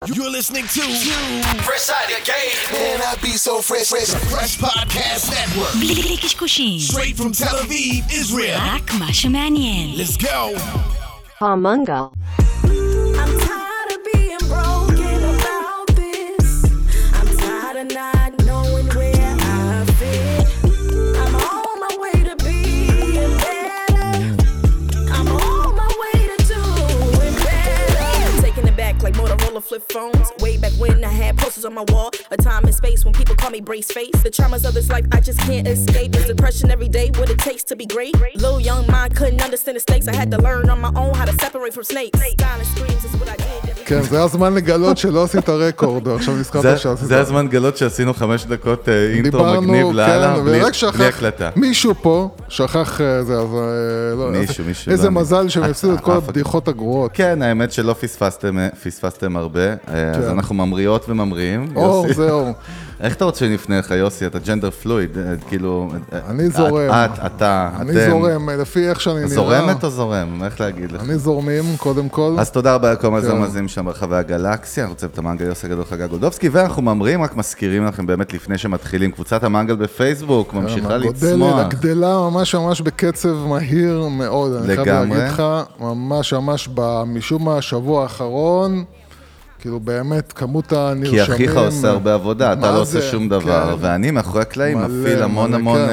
You're listening to Fresh Out of Game. Man, I be so fresh. Fresh Podcast Network. בלי קשקושים. Straight from Tel Aviv, Israel. רק מה שמעניין. Let's go. Hamungal. I'm tired of being broken about this. I'm tired of not knowing where I fit. I'm on my way to being better. I'm on my way to doing better. Taking it back like Motorola flip phones. Way back when I had posters on my wall. A time and space when people call me brace face. The traumas of this life I just can't escape. It's depression every day, what it takes to be great. Little young mind couldn't understand the stakes. I had to learn on my own how to separate from snakes. Silent screams is what I did. כן, זה הזמן לגלות שלא עשית הרקורד, עכשיו נזכרת שעשית. זה הזמן לגלות שעשינו 5 דקות אינטרו מגניב לאללה, בלי הקלטה. מישהו פה שכח זה, אז מישהו. איזה מזל שהם הפסידו את כל הבדיחות הגרועות. כן, האמת שלא פספסתם הרבה, אז אנחנו ממריאות וממריאים. אור, זהו. איך אתה רוצה שנפנה לך, יוסי? אתה ג'נדר פלואיד, כאילו... אני זורם. אתה, אני זורם, לפי איך שאני נראה. זורמת או זורם? איך להגיד לך? אני זורמים, קודם כל. אז תודה רבה לכל המאזינים שם ברחבי הגלקסיה, אנחנו צוות המנגל יוסי גדול חגה גולדובסקי, ואנחנו ממריאים, רק מזכירים לכם באמת לפני שמתחילים, קבוצת המנגל בפייסבוק ממשיכה לצמוח. הגדלה ממש בקצב מהיר מאוד. אני חייב להגיד לך, ממש משום מה השבוע האחרון, כאילו באמת כמות הנרשמים... כי אחיך עושה הרבה עבודה, אתה לא עושה שום דבר, ואני מאחורי הקלעים מפעיל המון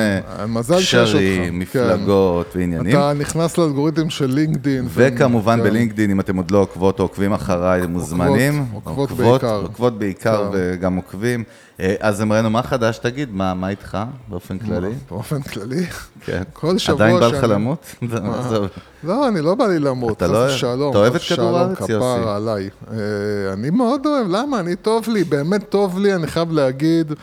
קשרים, מפלגות ועניינים. אתה נכנס לאלגוריתם של לינקדין. וכמובן בלינקדין, אם אתם עוד לא עוקבות או עוקבים אחריי, מוזמנים. עוקבות בעיקר וגם עוקבים. אז אמרנו, מה חדש? תגיד, מה איתך באופן כללי? באופן כללי? כן. כל שבוע עדיין בא לך למות? לא, אני לא בא לי למות. אתה אוהב את כדור הארץ, יוסי? כפר עליי. אני מאוד אוהב, למה? אני טוב לי, באמת טוב לי, אני חייב להגיד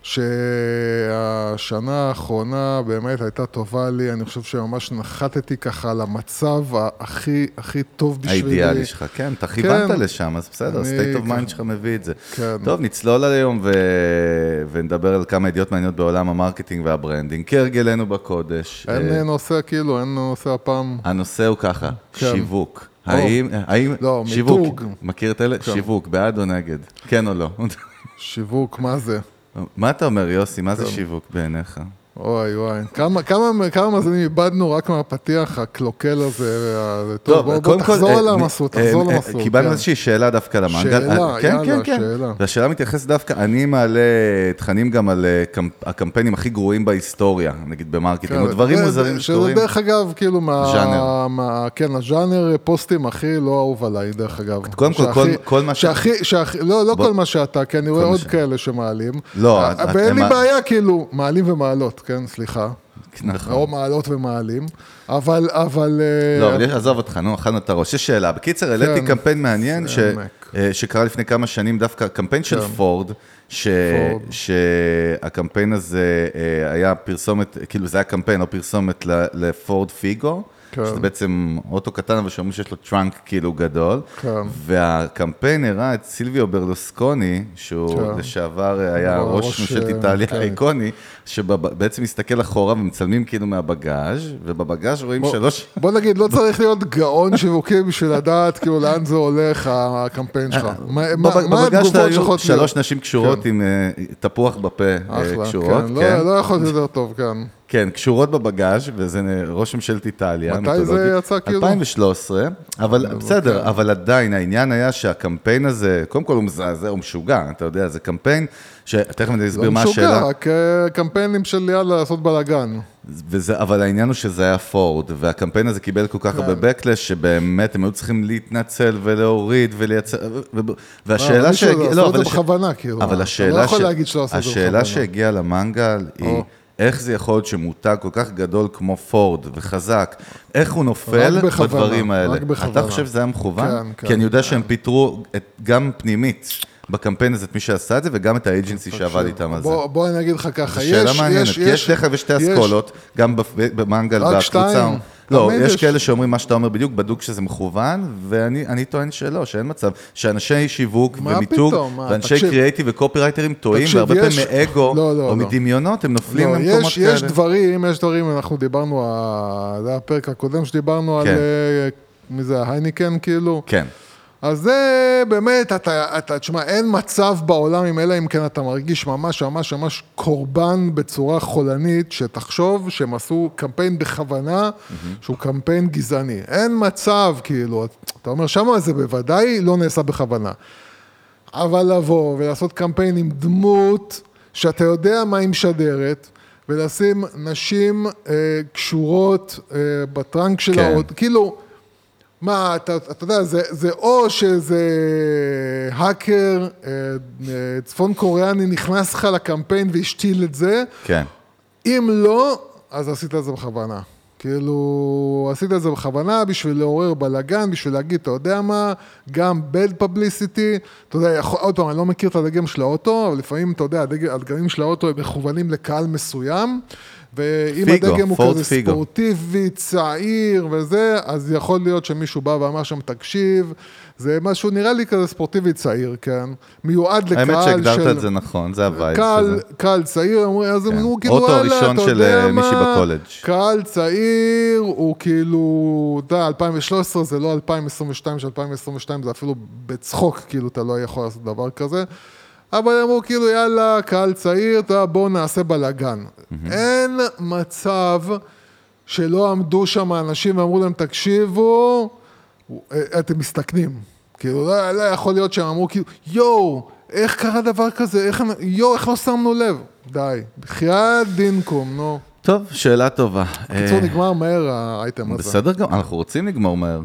שהשנה האחרונה באמת הייתה טובה לי, אני חושב שממש נחתתי ככה למצב הכי טוב בשבילי. האידיאלי שלך, כן, אתה כיוונת לשם, אז בסדר, state of mind שלך מביא את זה. טוב, נצלול היום ונדבר על כמה ידיעות מעניינות בעולם המרקטינג והברנדינג, כהרגלנו בקודש. אין נושא הפעם. הנושא הוא ככה, שיווק. האם שיווק, מכיר את אלה? שיווק, בעד או נגד? כן או לא? שיווק, מה זה? מה אתה אומר, יוסי? מה זה שיווק בעיניך? אוי. כמה מאזינים איבדנו רק מהפתיח הקלוקל הזה. טוב, בוא תחזור למסות. קיבלנו איזושהי שאלה דווקא למנגל. שאלה. והשאלה מתייחסת דווקא, אני מעלה תכנים גם על הקמפיינים הכי גרועים בהיסטוריה, נגיד במרקטינג, או דברים מוזרים שקורים. שזה דרך אגב, כאילו, כן, הז'אנר פוסטים הכי לא אהוב עליי, דרך אגב. קודם כל מה לא כל מה שאתה, כי אני רואה עוד כאלה שמעלים. לא. ואין לי בעיה, כאילו, מעלים ומעלות. כן, סליחה. נכון. או מעלות ומעלים, אבל... לא, אבל עזוב אותך, אכלנו את הראש. יש שאלה. בקיצר, העליתי קמפיין מעניין שקרה לפני כמה שנים, דווקא קמפיין של פורד, שהקמפיין הזה היה פרסומת, כאילו זה היה קמפיין או פרסומת לפורד פיגו, שזה בעצם אוטו קטן, אבל שאומרים שיש לו טראנק כאילו גדול, והקמפיין הראה את סילביו ברלוסקוני, שהוא לשעבר היה ראש ממשלת איטליה האיקוני, שבעצם מסתכל אחורה ומצלמים כאילו מהבגאז', ובבגאז' רואים 3... בוא נגיד, לא צריך להיות גאון שיווקי בשביל לדעת כאילו לאן זה הולך הקמפיין שלך. בבגאז' היו 3 נשים קשורות עם תפוח בפה קשורות. לא יכול להיות יותר טוב, כן. כן, קשורות בבגאז' וזה ראש ממשלת איטליה. מתי זה יצא כאילו? 2013, אבל בסדר, אבל עדיין העניין היה שהקמפיין הזה, קודם כל הוא מזעזע, הוא משוגע, אתה יודע, זה קמפיין, שתכף אני אסביר מה השאלה. לא משוגע, רק קמפיינים של יאללה לעשות בלגן. אבל העניין הוא שזה היה פורד, והקמפיין הזה קיבל כל כך הרבה בקלש, שבאמת הם היו צריכים להתנצל ולהוריד ולייצר, והשאלה אבל השאלה שהגיעה למנגל היא, איך זה יכול להיות שמותג כל כך גדול כמו פורד וחזק, איך הוא נופל בדברים האלה? אתה חושב שזה היה מכוון? כי אני יודע שהם פיתרו גם פנימית בקמפיין הזה את מי שעשה את זה, וגם את האג'נסי שעבד איתם על זה. בוא אני אגיד לך ככה, זו שאלה מעניינת, כי יש לך ושתי אסכולות, גם במנגל והקבוצה. לא, יש כאלה שאומרים מה שאתה אומר בדיוק, בדוק שזה מכוון, ואני טוען שלא, שאין מצב, שאנשי שיווק ומיתוג, ואנשי קריאייטיב וקופירייטרים טועים, והרבה פעמים מאגו או מדמיונות, הם נופלים למקומות כאלה. יש דברים, אנחנו דיברנו, זה הפרק הקודם שדיברנו על, מי זה, הייניקן כאילו? כן. אז זה באמת, תשמע, אין מצב בעולם עם אלה, אם כן אתה מרגיש ממש ממש ממש קורבן בצורה חולנית, שתחשוב שהם עשו קמפיין בכוונה, שהוא קמפיין גזעני. אין מצב, כאילו, אתה אומר, שמה זה בוודאי לא נעשה בכוונה. אבל לבוא ולעשות קמפיין עם דמות, שאתה יודע מה היא משדרת, ולשים נשים קשורות בטרנק של העוד, כאילו, מה, אתה יודע, זה או שזה האקר צפון קוריאני נכנס לך לקמפיין והשתיל את זה, כן. אם לא, אז עשית את זה בכוונה. כאילו, עשית את זה בכוונה בשביל לעורר בלגן, בשביל להגיד, אתה יודע מה, גם bad publicity, אתה יודע, עוד פעם, אני לא מכיר את הדגם של האוטו, אבל לפעמים, אתה יודע, הדגמים של האוטו הם מכוונים לקהל מסוים, ואם הדגם הוא כזה ספורטיבי, צעיר וזה, אז יכול להיות שמישהו בא ואמר שם, תקשיב, זה משהו נראה לי כזה ספורטיבי צעיר, כן? מיועד לקהל של... האמת שהגדרת את זה נכון, זה הווייב. קהל צעיר, אז הוא כאילו... אוטו הראשון של מישהי בקולג'. קהל צעיר, הוא כאילו, אתה יודע, 2013 זה לא 2022, ש2022 זה אפילו בצחוק, כאילו אתה לא יכול לעשות דבר כזה. אבל אמרו כאילו, יאללה, קהל צעיר, בואו נעשה בלגן. אין מצב שלא עמדו שם אנשים ואמרו להם, תקשיבו, אתם מסתכנים. כאילו, לא יכול להיות שהם אמרו, כאילו, יואו, איך קרה דבר כזה? איך לא שמנו לב? די, בחייאת דינקום, נו. טוב, שאלה טובה. קיצור, נגמר מהר האייטם הזה. בסדר גם, אנחנו רוצים לגמור מהר.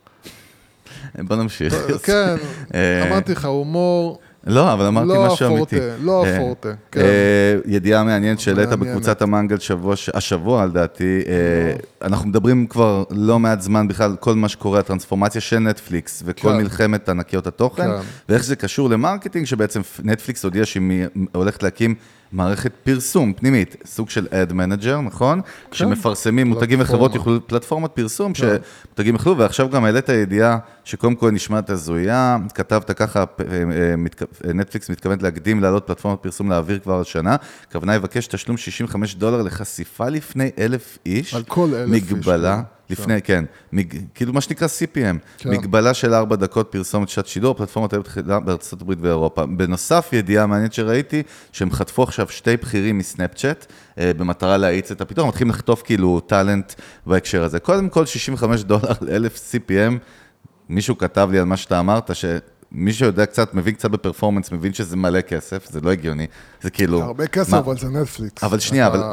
בוא נמשיך. כן, אמרתי לך, הומור... לא, אבל אמרתי משהו אמיתי. לא הפורטה, כן. ידיעה מעניינת שהעלית בקבוצת המנגל השבוע, על דעתי, אנחנו מדברים כבר לא מעט זמן בכלל, כל מה שקורה, הטרנספורמציה של נטפליקס, וכל מלחמת ענקיות התוכן, ואיך זה קשור למרקטינג, שבעצם נטפליקס הודיע שהיא הולכת להקים מערכת פרסום פנימית, סוג של ad manager, נכון? כשמפרסמים מותגים וחברות יוכלו, פלטפורמת פרסום שמותגים יוכלו, ועכשיו גם העלית הידיעה שקודם כל נשמעת הזויה, כתבת ככה, נטפליקס מתכוונת להקדים לעלות פלטפורמת פרסום לאוויר כבר השנה, הכוונה יבקש תשלום $65 לחשיפה לפני 1,000 איש, על כל 1,000 איש. מגבלה. לפני, כן, כאילו מה שנקרא CPM, מגבלה של 4 דקות פרסומת שעת שידור, פלטפורמת בארצות הברית ואירופה. בנוסף, ידיעה מעניינת שראיתי, שהם חטפו עכשיו 2 בכירים מסנאפצ'אט, במטרה להאיץ את הפיתוח, מתחילים לחטוף כאילו טלנט בהקשר הזה. קודם כל, $65 ל-1,000 CPM, מישהו כתב לי על מה שאתה אמרת, מי שיודע קצת, מבין קצת בפרפורמנס, מבין שזה מלא כסף, זה לא הגיוני, זה כאילו... הרבה כסף, אבל זה נטפליקס. אבל שנייה, אבל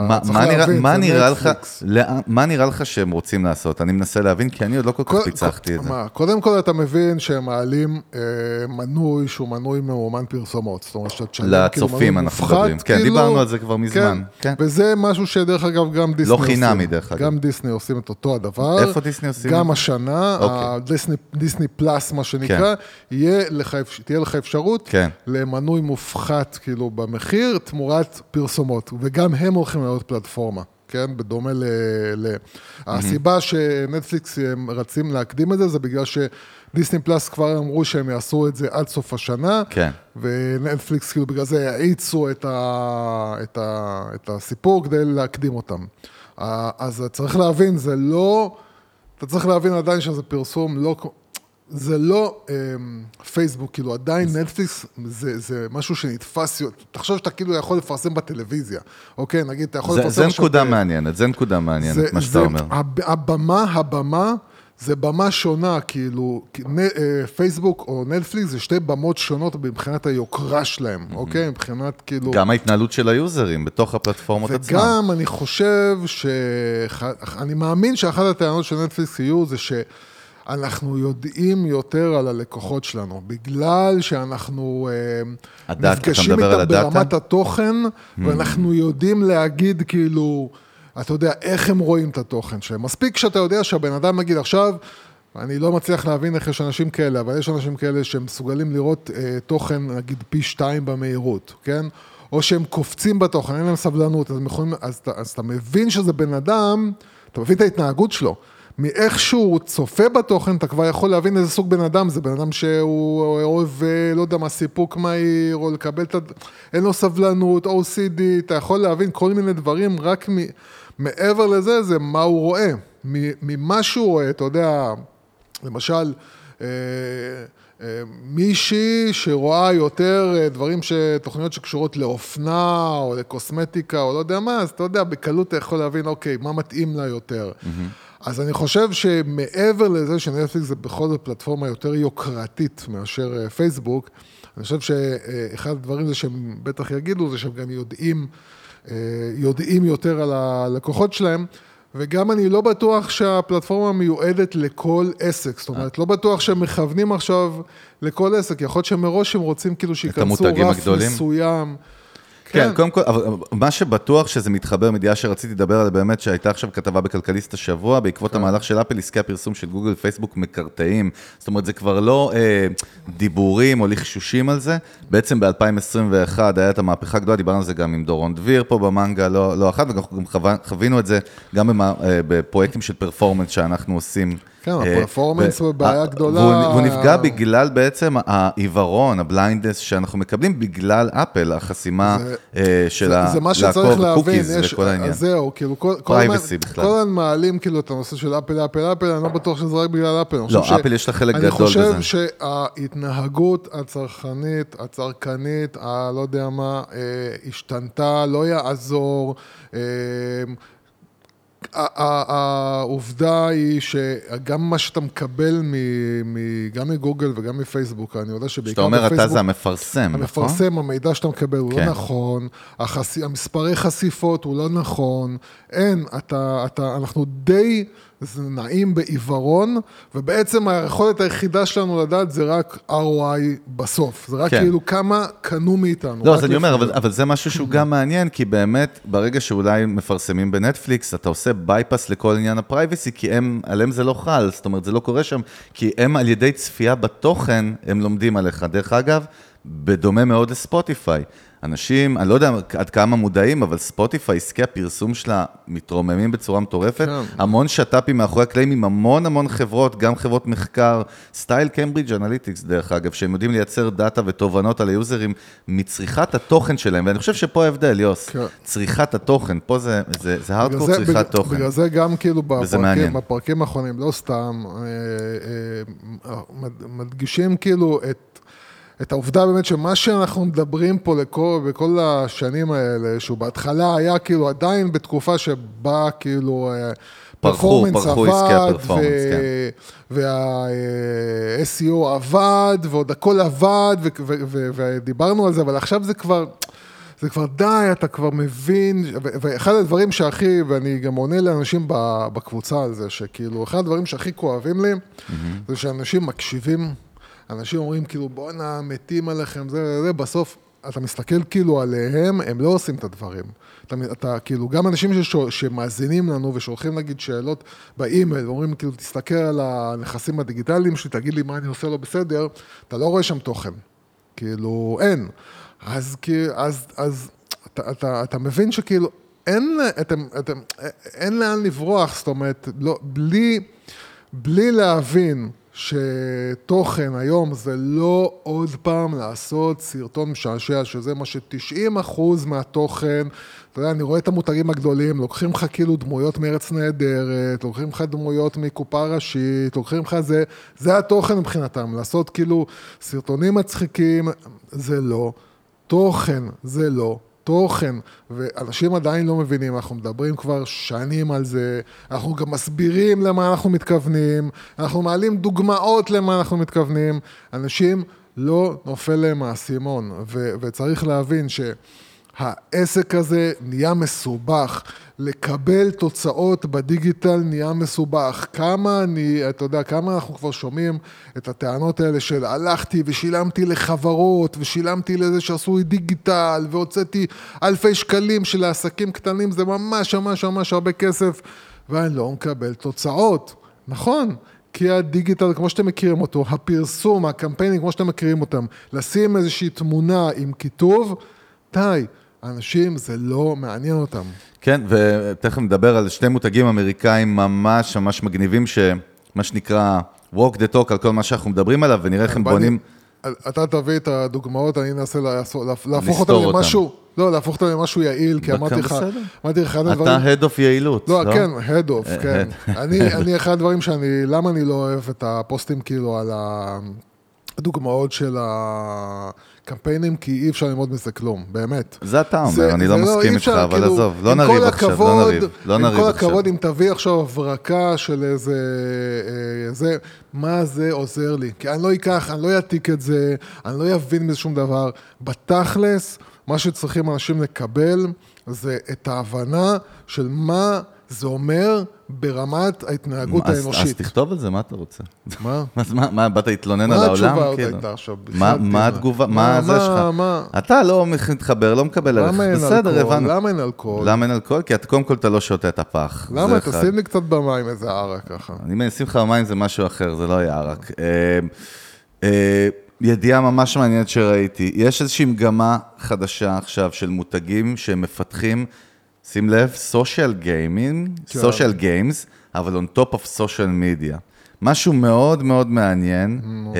מה נראה לך שהם רוצים לעשות? אני מנסה להבין, כי אני עוד לא כל כך פיצחתי את זה. קודם כל אתה מבין שהם מעלים מנוי, שהוא מנוי מאומן פרסומות, זאת אומרת שאתה שלם, לצופים אנחנו מדברים, כן, דיברנו על זה כבר מזמן. וזה משהו שדרך אגב גם דיסני עושים. לא חינמי דרך אגב. גם דיסני עושים את אותו הדבר. איפה דיסני עושים? גם השנה, דיסני פלאס, מה שנקרא, תהיה לך אפשרות למנוי מופחת כאילו במחיר תמורת פרסומות, וגם הם הולכים לעוד פלטפורמה, כן? בדומה הסיבה שנטפליקס רצים להקדים את זה, זה בגלל שדיסני פלאס כבר אמרו שהם יעשו את זה עד סוף השנה, ונטפליקס כאילו בגלל זה יעיצו את הסיפור כדי להקדים אותם. אז צריך להבין, זה לא, אתה צריך להבין עדיין שזה פרסום לא... זה לא פייסבוק, כאילו עדיין נטפליקס זה משהו שנתפס, תחשוב שאתה כאילו יכול לפרסם בטלוויזיה, אוקיי, נגיד, אתה יכול לפרסם... זה נקודה מעניינת, זה נקודה מעניינת, מה שאתה אומר. הבמה, זה במה שונה, כאילו, פייסבוק או נטפליקס זה 2 במות שונות מבחינת היוקרה שלהם, אוקיי? מבחינת כאילו... גם ההתנהלות של היוזרים בתוך הפלטפורמות עצמם. וגם אני חושב אני מאמין שאחת הטענות של נטפליקס יהיו זה אנחנו יודעים יותר על הלקוחות שלנו, בגלל שאנחנו נפגשים איתם ברמת התוכן, ואנחנו יודעים להגיד כאילו, אתה יודע, איך הם רואים את התוכן שלהם. מספיק שאתה יודע שהבן אדם מגיד עכשיו, אני לא מצליח להבין איך יש אנשים כאלה, אבל יש אנשים כאלה שהם מסוגלים לראות תוכן, נגיד פי 2 במהירות, כן? או שהם קופצים בתוכן, אין להם סבלנות, אז אתה מבין שזה בן אדם, אתה מבין את ההתנהגות שלו. מאיך שהוא צופה בתוכן, אתה כבר יכול להבין איזה סוג בן אדם, זה בן אדם שהוא אוהב, לא יודע מה, סיפוק מהיר, או לקבל אין לו סבלנות, OCD, אתה יכול להבין כל מיני דברים, רק מעבר לזה, זה מה הוא רואה. ממה שהוא רואה, אתה יודע, למשל, מישהי שרואה יותר דברים, תוכניות שקשורות לאופנה, או לקוסמטיקה, או לא יודע מה, אז אתה יודע, בקלות אתה יכול להבין, אוקיי, מה מתאים לה יותר. אז אני חושב שמעבר לזה שנטפליקס זה בכל זאת פלטפורמה יותר יוקרתית מאשר פייסבוק, אני חושב שאחד הדברים זה שהם בטח יגידו, זה שהם גם יודעים יותר על הלקוחות שלהם, וגם אני לא בטוח שהפלטפורמה מיועדת לכל עסק, זאת אומרת, לא בטוח שהם מכוונים עכשיו לכל עסק, יכול להיות שמראש הם רוצים כאילו שיכנסו רף מסוים. כן, קודם כל, מה שבטוח שזה מתחבר מידיעה שרציתי לדבר עליה באמת, שהייתה עכשיו כתבה בכלכליסט השבוע, בעקבות המהלך של אפל, עסקי הפרסום של גוגל ופייסבוק מקרטעים, זאת אומרת, זה כבר לא דיבורים או לחשושים על זה, בעצם ב-2021 היה את המהפכה גדולה, דיברנו על זה גם עם דורון דביר פה במנגה, לא אחת, וגם חווינו את זה גם בפרויקטים של פרפורמנס שאנחנו עושים. כן, הפרפורמנס הוא בעיה גדולה. והוא נפגע בגלל בעצם העיברון, הבליינדס שאנחנו מקבלים בגלל אפל, החסימה של לעקוב קוקיז וכל העניין. זהו, כאילו, כל המעלים כאילו את הנושא של אפל, אני לא בטוח שזה רק בגלל אפל. לא, אפל יש לה חלק גדול בזה. אני חושב שההתנהגות הצרכנית, הצרכנית, לא יודע מה, השתנתה, לא יעזור, העובדה היא שגם מה שאתה מקבל גם מגוגל וגם מפייסבוק, אני יודע שבעיקר בפייסבוק... שאתה אומר, אתה זה המפרסם, נכון? המפרסם, המידע שאתה מקבל הוא לא נכון, המספרי חשיפות הוא לא נכון, אנחנו די נעים בעיוורון, ובעצם היכולת היחידה שלנו לדעת זה רק ROI בסוף, זה רק כאילו כמה קנו מאיתנו. לא, אז אני אומר, אבל זה משהו שהוא גם מעניין, כי באמת, ברגע שאולי מפרסמים בנטפליקס, אתה עושה בייפס לכל עניין הפרייבסי, כי עליהם זה לא חל, זאת אומרת, זה לא קורה שם, כי הם על ידי צפייה בתוכן, הם לומדים עליך. דרך אגב, בדומה מאוד לספוטיפיי. אנשים, אני לא יודע עד כמה מודעים, אבל ספוטיפיי, עסקי הפרסום שלה מתרוממים בצורה מטורפת, המון שטאפים מאחורי הקלעים עם המון חברות, גם חברות מחקר, סטייל קיימברידג' אנליטיקס דרך אגב, שהם יודעים לייצר דאטה ותובנות על היוזרים מצריכת התוכן שלהם, ואני חושב שפה ההבדל, יוס, צריכת התוכן, פה זה הארדקור צריכת תוכן. בגלל זה גם כאילו בפרקים האחרונים, לא סתם, מדגישים כאילו את העובדה באמת שמה שאנחנו מדברים פה בכל השנים האלה, שהוא בהתחלה היה כאילו עדיין בתקופה שבה כאילו פרפורמנס עבד, וה-SEO עבד, ועוד הכל עבד, ודיברנו על זה, אבל עכשיו זה כבר די, אתה כבר מבין, ואחד הדברים שהכי, ואני גם עונה לאנשים בקבוצה על זה, שכאילו אחד הדברים שהכי כואבים לי, זה שאנשים מקשיבים, אנשים אומרים כאילו בואנה מתים עליכם, זה בסוף אתה מסתכל כאילו עליהם, הם לא עושים את הדברים. אתה כאילו גם אנשים שמאזינים לנו ושולחים נגיד שאלות באימייל, אומרים כאילו תסתכל על הנכסים הדיגיטליים שלי, תגיד לי מה אני עושה לא בסדר, אתה לא רואה שם תוכן. כאילו אין. אז אתה מבין שכאילו אין לאן לברוח, זאת אומרת, בלי להבין שתוכן היום זה לא עוד פעם לעשות סרטון משעשע, שזה מה ש90% מהתוכן, אתה יודע, אני רואה את המותגים הגדולים, לוקחים לך כאילו דמויות מארץ נהדרת, לוקחים לך דמויות מקופה ראשית, לוקחים לך זה התוכן מבחינתם, לעשות כאילו סרטונים מצחיקים, זה לא, תוכן זה לא, תוכן, ואנשים עדיין לא מבינים, אנחנו מדברים כבר שנים על זה, אנחנו גם מסבירים למה אנחנו מתכוונים, אנחנו מעלים דוגמאות למה אנחנו מתכוונים, אנשים לא נופל להם מהסימון, וצריך להבין שהעסק הזה נהיה מסובך, לקבל תוצאות בדיגיטל נהיה מסובך, אתה יודע, כמה אנחנו כבר שומעים את הטענות האלה של הלכתי ושילמתי לחברות, ושילמתי לזה שעשו דיגיטל, והוצאתי אלפי שקלים של העסקים קטנים, זה ממש הרבה כסף, ואני לא מקבל תוצאות. נכון, כי הדיגיטל, כמו שאתם מכירים אותו, הפרסום, הקמפיינים, כמו שאתם מכירים אותם, לשים איזושהי תמונה עם כיתוב, די, אנשים זה לא מעניין אותם. כן, ותכף נדבר על שני מותגים אמריקאים ממש מגניבים, שמה שנקרא walk the talk על כל מה שאנחנו מדברים עליו, ונראה איך הם בונים... אתה תביא את הדוגמאות, אני אנסה להפוך אותם למשהו, לא, להפוך אותם למשהו יעיל, כי אמרתי לך אחד הדברים... אתה head of יעילות, לא? כן, head of, כן. אני אחד הדברים למה אני לא אוהב את הפוסטים כאילו דוגמאות של הקמפיינים, כי אי אפשר ללמוד מזה כלום, באמת. זה אתה אומר, אני לא מסכים איתך, אבל עזוב, לא נריב עכשיו, לא נריב. עם כל הכבוד, אם תביא עכשיו הברקה של איזה, מה זה עוזר לי? כי אני לא אקח, אני לא אעתיק את זה, אני לא אבין מזה שום דבר. בתכלס, מה שצריכים אנשים לקבל, זה את ההבנה של מה זה אומר ברמת ההתנהגות האנושית. אז תכתוב על זה, מה אתה רוצה? מה? מה, באת להתלונן על העולם? מה התשובה עוד הייתה עכשיו? מה התגובה? מה זה שלך? אתה לא מתחבר, לא מקבל ערך. בסדר, הבנו. למה אין אלכוהול? למה אין אלכוהול? כי קודם כל אתה לא שותה את הפח. למה? תשים לי קצת במים איזה ערק ככה. אני אשים לך במים זה משהו אחר, זה לא יהיה ערק. ידיעה ממש מעניינת שראיתי. יש איזושהי מגמה חדשה עכשיו של מותגים שמפתחים, שים לב, סושיאל גיימינג, סושיאל גיימס, אבל on top of social media. משהו מאוד מאוד מעניין,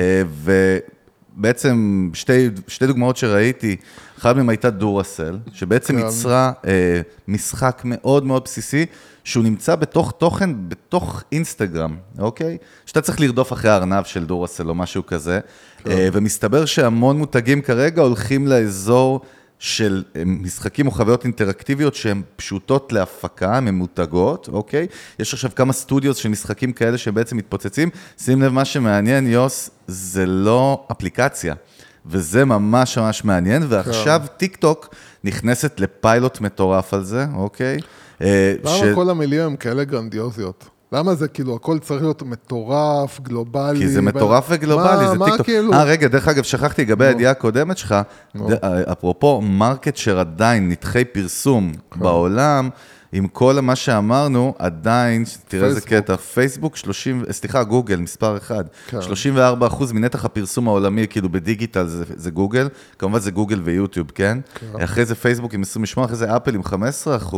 ובעצם שתי דוגמאות שראיתי, אחד מהם הייתה דורסל, שבעצם יצרה משחק מאוד מאוד בסיסי, שהוא נמצא בתוך תוכן, בתוך אינסטגרם, אוקיי? שאתה צריך לרדוף אחרי הארנב של דורסל או משהו כזה, ומסתבר שהמון מותגים כרגע הולכים לאזור של משחקים או חוויות אינטראקטיביות שהן פשוטות להפקה, הן ממותגות, אוקיי? יש עכשיו כמה סטודיוס של משחקים כאלה שהם בעצם מתפוצצים. שים לב, מה שמעניין, יוס, זה לא אפליקציה, וזה ממש ממש מעניין, ועכשיו טיק טוק נכנסת לפיילוט מטורף על זה, אוקיי? למה כל המילים הם כאלה גרנדיוזיות? למה זה כאילו, הכל צריך להיות מטורף, גלובלי? כי זה מטורף וגלובלי, זה טיק טוק. רגע, דרך אגב, שכחתי לגבי הידיעה הקודמת שלך, אפרופו מרקט שר עדיין, נתחי פרסום בעולם, עם כל מה שאמרנו, עדיין, תראה איזה קטע, פייסבוק, גוגל, מספר 1, 34% מנתח הפרסום העולמי, כאילו בדיגיטל זה גוגל, כמובן זה גוגל ויוטיוב, כן? אחרי זה פייסבוק עם 28%, אחרי זה אפל עם 15%,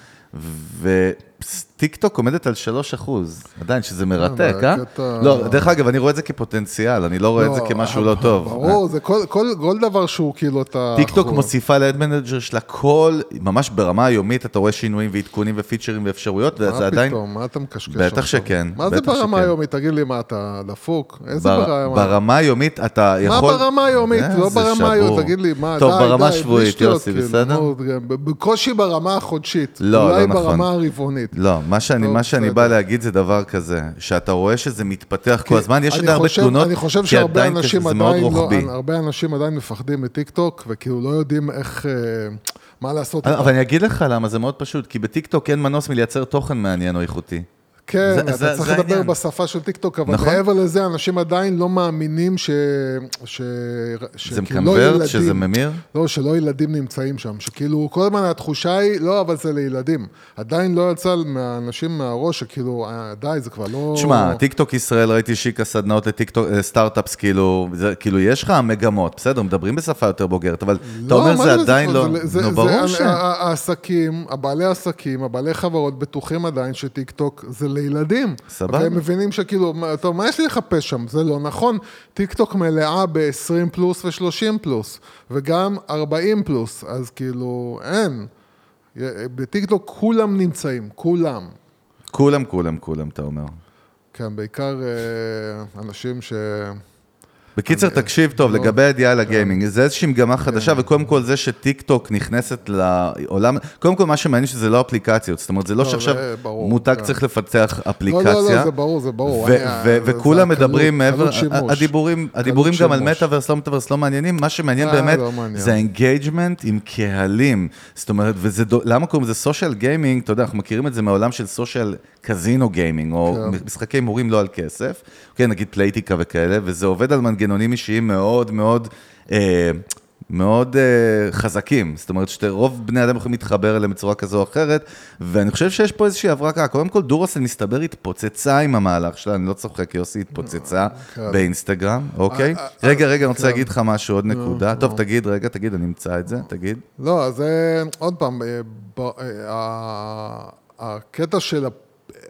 וטיק טוק עומדת על 3%, עדיין שזה מרתק, לא, דרך אגב, אני רואה את זה כפוטנציאל, אני לא רואה את זה כמשהו לא טוב. ברור, זה כל דבר שהוא כאילו אתה... טיק טוק מוסיפה לאד מנג'ר שלה כל, ממש ברמה היומית, אתה רואה שינויים ועדכונים ופיצ'רים ואפשרויות, וזה עדיין... מה פתאום, מה אתה מקשקש? בטח שכן. מה זה ברמה היומית? תגיד לי מה, אתה דפוק? איזה ברמה? ברמה היומית אתה יכול... מה ברמה היומית? לא ברמה היומית, תגיד לי מה, טוב, ברמה שבועית, יוסי, בסדר? בקושי ברמה החודשית, לא, אולי ברמה הרבעונית. לא, מה שאני בא להגיד זה דבר כזה, שאתה רואה שזה מתפתח כל הזמן, יש הרבה תלונות, אני חושב שהרבה אנשים עדיין מפחדים מטיק טוק, וכאילו לא יודעים איך, מה לעשות. אבל אני אגיד לך למה, זה מאוד פשוט, כי בטיק טוק אין מנוס מלייצר תוכן מעניין או איכותי. כן, אתה צריך לדבר בשפה של טיק טוק, אבל מעבר לזה, אנשים עדיין לא מאמינים זה מקנברט, שזה ממיר? לא, שלא ילדים נמצאים שם, שכאילו כל הזמן התחושה היא, לא, אבל זה לילדים. עדיין לא יצא מהאנשים מהראש, שכאילו, די, זה כבר לא... תשמע, טיק טוק ישראל, ראיתי שיקה סדנאות לסטארט-אפס, כאילו, יש לך מגמות, בסדר, מדברים בשפה יותר בוגרת, אבל אתה אומר, זה עדיין לא... נו, ברור ש... העסקים, הבעלי העסקים, הבעלי חברות, בטוחים עדיין שטיק טוק זה לילדים. סבבה. והם מבינים שכאילו, טוב, מה יש לי לחפש שם? זה לא נכון. טיק טוק מלאה ב-20 פלוס ו-30 פלוס, וגם 40 פלוס, אז כאילו, אין. בטיק טוק כולם נמצאים, כולם. כולם, אתה אומר. כן, בעיקר אנשים ש... בקיצר, תקשיב טוב, לגבי הידיעה על הגיימינג, זה איזושהי מגמה חדשה, וקודם כל זה שטיק טוק נכנסת לעולם, קודם כל מה שמעניין שזה לא אפליקציות, זאת אומרת, זה לא שעכשיו מותג צריך לפתח אפליקציה. לא, זה ברור. וכולם מדברים מעבר, הדיבורים גם על מטאברס, לא מטאברס, לא מעניינים, מה שמעניין באמת זה האנגייג'מנט עם קהלים, זאת אומרת, למה קוראים לזה סושיאל גיימינג, אתה יודע, אנחנו מכירים את זה מהעולם של סושיאל קזינו גיימינג, או משחקי מורים לא על כסף, כן, נגיד פלייטיקה וכאלה, וזה עובד על מנגנונים אישיים מאוד מאוד, מאוד חזקים, זאת אומרת שרוב בני אדם יכולים להתחבר אליהם בצורה כזו או אחרת, ואני חושב שיש פה איזושהי הברקה, קודם כל דורסל מסתבר התפוצצה עם המהלך שלה, אני לא צוחק, יוסי התפוצצה באינסטגרם, אוקיי? רגע, אני רוצה להגיד לך משהו, עוד נקודה, טוב, תגיד, אני אמצא את זה, תגיד. לא, אז עוד פעם, הקטע של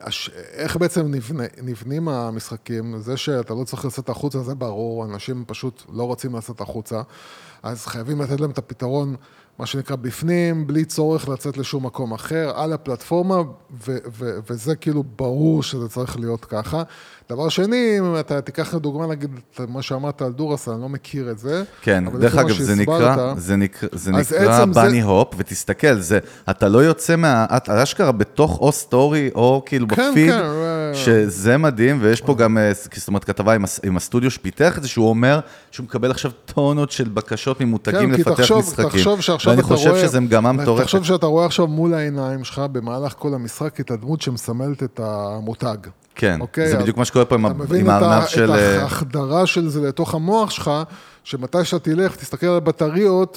איך בעצם נבנים המשחקים? זה שאתה לא צריך לצאת החוצה, זה ברור, אנשים פשוט לא רוצים לצאת החוצה, אז חייבים לתת להם את הפתרון, מה שנקרא בפנים, בלי צורך לצאת לשום מקום אחר, על הפלטפורמה, וזה כאילו ברור שזה צריך להיות ככה. דבר שני, אם אתה תיקח לדוגמה, נגיד, מה שאמרת על דורס, אני לא מכיר את זה. כן, דרך אגב, זה נקרא בני הופ, ותסתכל, אתה לא יוצא אתה אשכרה בתוך או סטורי, או כאילו בפיד, שזה מדהים, ויש פה גם, זאת אומרת, כתבה עם הסטודיו שפיתח את זה, שהוא אומר שהוא מקבל עכשיו טונות של בקשות ממותגים לפתח משחקים. ואני חושב שזה גם מטורפת. תחשוב שאתה רואה עכשיו מול העיניים שלך, במהלך כל המשחק, את הדמות שמסמלת את המותג. כן, זה בדיוק מה שקורה פה עם הארנב של... אתה מבין את ההחדרה של זה לתוך המוח שלך, שמתי שאתה תלך, תסתכל על הבטריות,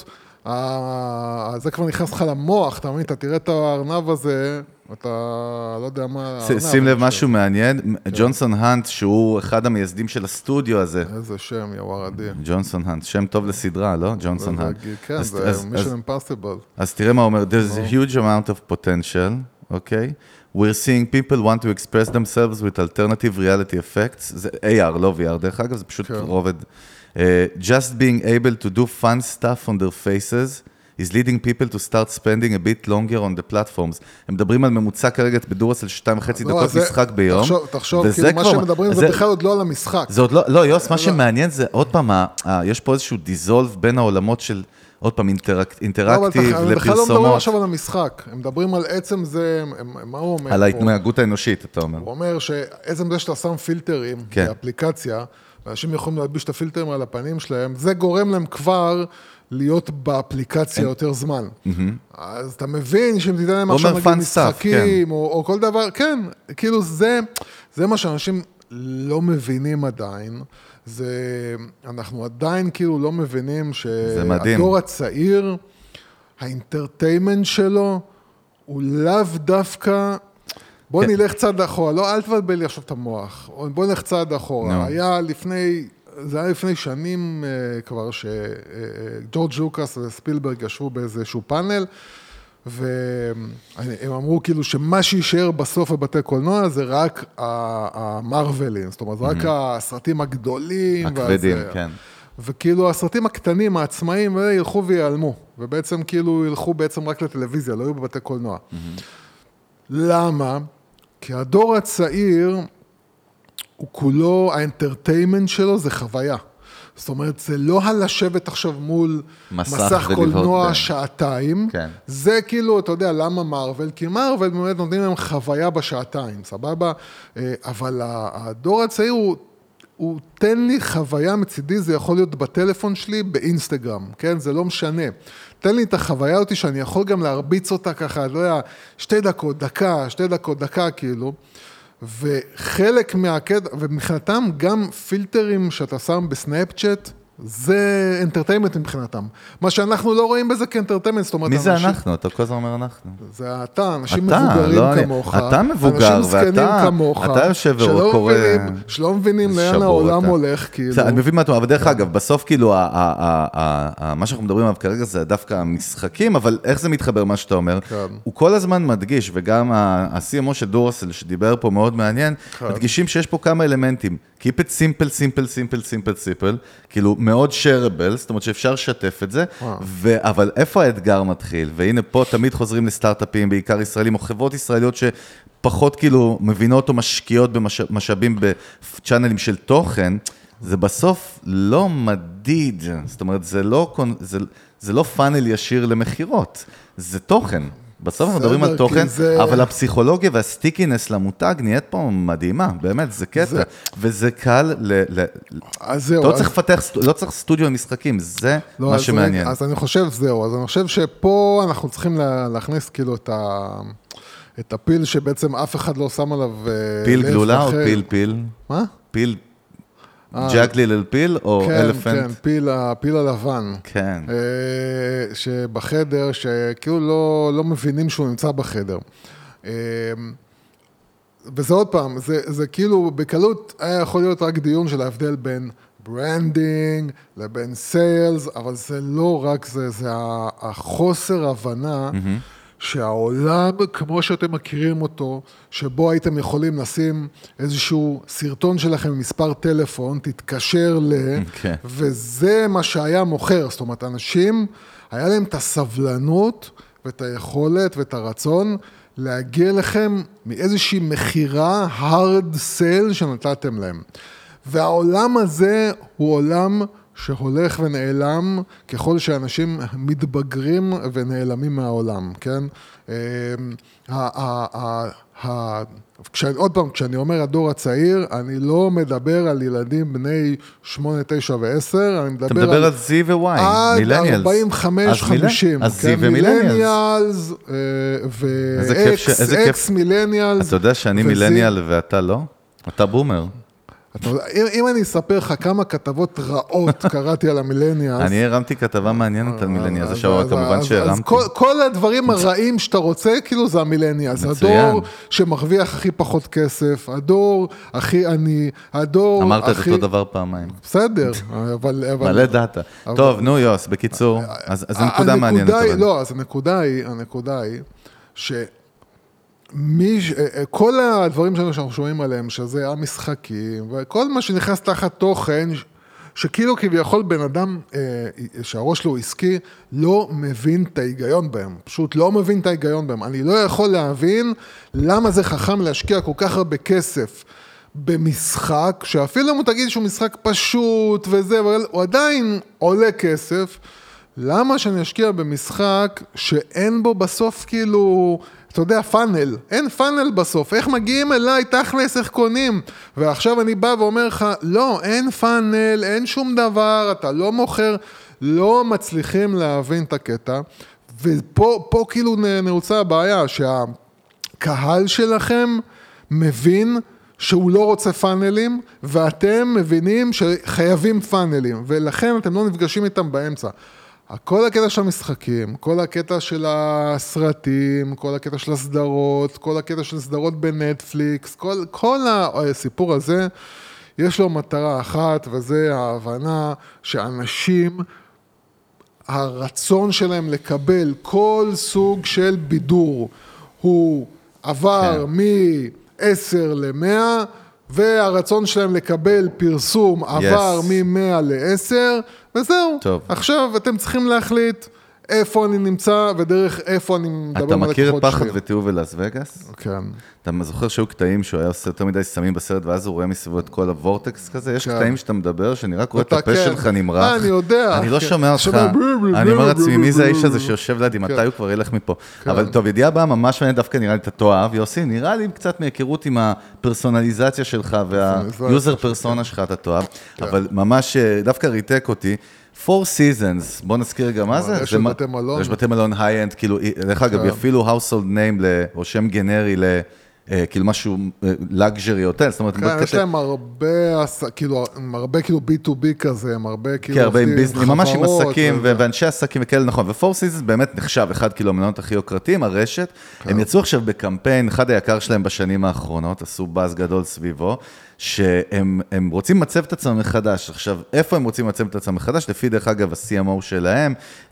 זה כבר נכנס לך למוח, אתה מבין, אתה תראה את הארנב הזה, אתה לא יודע מה... שים לב משהו מעניין, ג'ונסון הנט, שהוא אחד המייסדים של הסטודיו הזה. איזה שם, יווארדי. ג'ונסון הנט, שם טוב לסדרה, לא? ג'ונסון הנט. כן, זה Mission Impossible. אז תראה מה אומר, there's a huge amount of potential, אוקיי? We're seeing people want to express themselves with alternative reality effects. זה AR, לא VR, דרך אגב, זה פשוט רובד. Just being able to do fun stuff on their faces is leading people to start spending a bit longer on the platforms. הם מדברים על ממוצע כרגע בדורס על 2.5 דקות משחק ביום. תחשוב, כאילו מה שמדברים זה בכלל עוד לא על המשחק. זה עוד לא, יוס, מה שמעניין זה עוד פעם, יש פה איזשהו דיזולב בין העולמות של... עוד פעם, אינטרקטיב לפרסומות. הם בכלל לא מדברים עכשיו על המשחק, הם מדברים על עצם זה, מה הוא אומר? על ההתנהגות האנושית, אתה אומר. הוא אומר שעצם זה שאתה שם פילטרים באפליקציה, ואנשים יכולים להלביש את הפילטרים על הפנים שלהם, זה גורם להם כבר להיות באפליקציה יותר זמן. אז אתה מבין שאם תיתן להם עכשיו נגיד משחקים, או כל דבר, כן, כאילו זה מה שאנשים לא מבינים עדיין, אנחנו עדיין כאילו לא מבינים שהדור הצעיר, האינטרטיימנט שלו, הוא לאו דווקא, בוא נלך צעד אחורה, לא, אל תבלבל לי עכשיו את המוח, בוא נלך צעד אחורה. זה היה לפני שנים כבר שג'ורג' לוקאס וספילברג ישבו באיזשהו פאנל, והם אמרו כאילו שמה שישאר בסוף בבתי קולנוע זה רק המרוולים, זאת אומרת, רק הסרטים הגדולים. הכבדים, כן. וכאילו הסרטים הקטנים, העצמאים, ילכו ויעלמו, ובעצם כאילו ילכו בעצם רק לטלוויזיה, לא יהיו בבתי קולנוע. למה? כי הדור הצעיר, הוא כולו, האנטרטיימנט שלו זה חוויה. זאת אומרת, זה לא הלשבת עכשיו מול מסך קולנוע שעתיים, זה כאילו, אתה יודע, למה מרוול? כי מרוול באמת נותנים להם חוויה בשעתיים, סבבה? אבל הדור הצעיר הוא תן לי חוויה מצידי, זה יכול להיות בטלפון שלי, באינסטגרם, כן? זה לא משנה. תן לי את החוויה אותי שאני יכול גם להרביץ אותה ככה, לא יודע, 2 דקות, דקה, כאילו. וחלק מהקטע, ומבחינתם גם פילטרים שאתה שם בסנאפצ'אט, זה אנטרטיימנט מבחינתם. מה שאנחנו לא רואים בזה כאנטרטיימנט, זאת אומרת... מי זה אנחנו? אתה כל הזמן אומר אנחנו. זה אתה, אנשים מבוגרים כמוך. אתה מבוגר, אנשים זקנים כמוך. אתה יושב וקורא... שלא מבינים לאן העולם הולך, כאילו. אני מבין מה אתה אומר, אבל דרך אגב, בסוף כאילו, מה שאנחנו מדברים עליו כרגע זה דווקא המשחקים, אבל איך זה מתחבר מה שאתה אומר? הוא כל הזמן מדגיש, וגם ה-CMO של דורסל, שדיבר פה מאוד מעניין, מדגישים שיש פה כמה אלמנטים. Keep it simple, כאילו מאוד shareable, זאת אומרת שאפשר לשתף את זה, אבל איפה האתגר מתחיל? והנה פה תמיד חוזרים לסטארט-אפים, בעיקר ישראלים, או חברות ישראליות שפחות כאילו מבינות או משקיעות במשאבים בצ'אנלים של תוכן, זה בסוף לא מדיד, זאת אומרת זה לא פאנל ישיר למחירות, זה תוכן. בסוף אנחנו מדברים על תוכן, אבל הפסיכולוגיה והסטיקינס למותג נהיית פה מדהימה, באמת, זה קטע, וזה קל, לא צריך סטודיו למשחקים, זה מה שמעניין. אז אני חושב זהו, אז אני חושב שפה אנחנו צריכים להכניס כאילו את הפיל שבעצם אף אחד לא שם עליו... פיל גלולה או פיל? מה? פיל ג'ק לילל פיל או אלפנט? כן, פיל הלבן. כן. שבחדר, שכאילו לא מבינים שהוא נמצא בחדר. וזה עוד פעם, זה כאילו בקלות היה יכול להיות רק דיון של ההבדל בין ברנדינג לבין סיילס, אבל זה לא רק זה, זה החוסר הבנה שהעולם, כמו שאתם מכירים אותו, שבו הייתם יכולים לשים איזשהו סרטון שלכם ממספר טלפון, תתקשר וזה מה שהיה מוכר. זאת אומרת, אנשים, היה להם את הסבלנות ואת היכולת ואת הרצון להגיע לכם מאיזושהי מחירה hard sell שנתתם להם. והעולם הזה הוא עולם שהולך ונעלם ככל שאנשים מתבגרים ונעלמים מהעולם, כן? עוד פעם, כשאני אומר הדור הצעיר, אני לא מדבר על ילדים בני 8, 9 ו-10, אני מדבר על Z ו-Y, עד 45-50, אז Z ומילניאלס, ו-X מילניאלס. אתה יודע שאני מילניאל ואתה לא? אתה בומר. אם אני אספר לך כמה כתבות רעות קראתי על המילניאלס. אני הרמתי כתבה מעניינת על מילניאלס, זה שעבר כמובן שהרמתי. אז כל הדברים הרעים שאתה רוצה, כאילו זה המילניאלס. הדור שמרוויח הכי פחות כסף, הדור הכי עני, הדור הכי... אמרת את אותו דבר פעמיים. בסדר, מלא דאטה. טוב, נו יוס, בקיצור, אז זו נקודה מעניינת. לא, אז הנקודה היא כל הדברים שאנחנו שומעים עליהם, שזה המשחקים, וכל מה שנכנס תחת תוכן, שכאילו כביכול בן אדם שהראש לו עסקי, לא מבין את ההיגיון בהם, פשוט לא מבין את ההיגיון בהם. אני לא יכול להבין למה זה חכם להשקיע כל כך הרבה כסף במשחק, שאפילו אם הוא תגיד שהוא משחק פשוט וזה, אבל הוא עדיין עולה כסף, למה שאני אשקיע במשחק שאין בו בסוף כאילו... אתה יודע, פאנל, אין פאנל בסוף, איך מגיעים אליי, תכלס, איך קונים, ועכשיו אני בא ואומר לך, לא, אין פאנל, אין שום דבר, אתה לא מוכר, לא מצליחים להבין את הקטע, ופה כאילו נעוצה הבעיה, שהקהל שלכם מבין שהוא לא רוצה פאנלים, ואתם מבינים שחייבים פאנלים, ולכן אתם לא נפגשים איתם באמצע. כל הקטע של המשחקים, כל הקטע של הסרטים, כל הקטע של הסדרות, כל הקטע של סדרות בנטפליקס, כל הסיפור הזה, יש לו מטרה אחת, וזה ההבנה שאנשים, הרצון שלהם לקבל כל סוג של בידור, הוא עבר מ-10 ל-100, והרצון שלהם לקבל פרסום עבר מ-100 ל-10, וזהו. טוב. עכשיו אתם צריכים להחליט איפה אני נמצא ודרך איפה אני מדבר על לקוחות שלי. אתה מכיר את פחד ותיעוב בלאס וגאס? כן. אתה זוכר שהיו קטעים שהוא היה עושה יותר מדי סמים בסרט, ואז הוא רואה מסביבו את כל הוורטקס כזה? יש קטעים שאתה מדבר, שאני רק רואה את הפה שלך נמרח. אני יודע. אני לא שומע אותך. אני אומר לעצמי, מי זה האיש הזה שיושב לידי, מתי הוא כבר ילך מפה? אבל טוב, ידיעה הבאה ממש מעניין, דווקא נראה לי אתה תואב, יוסי, נראה לי קצת מהיכרות עם הפרסונליזציה שלך והיוזר פרסונה שלך אתה תואב, אבל ממש דווקא ריתק אותי. 4 Seasons, בוא נזכיר גם מה זה? יש בתי מלון. יש בתי מלון היי-אנד, כאילו, דרך אגב, אפילו household name או שם גנרי כאילו משהו luxury hotel, זאת אומרת... כן, יש להם הרבה כאילו B2B כזה, הם הרבה כאילו... כן, הרבה עם ביזנס, ממש עם עסקים ואנשי עסקים וכאלה, נכון, ו4 Seasons באמת נחשב אחד כאילו המלונות הכי יוקרתיים, הרשת, הם יצאו עכשיו בקמפיין, אחד היקר שלהם בשנים האחרונות, עשו באז גדול סביבו, שהם רוצים למצב את עצמם מחדש. עכשיו, איפה הם רוצים למצב את עצמם מחדש? לפי דרך אגב, ה-CMO שלהם,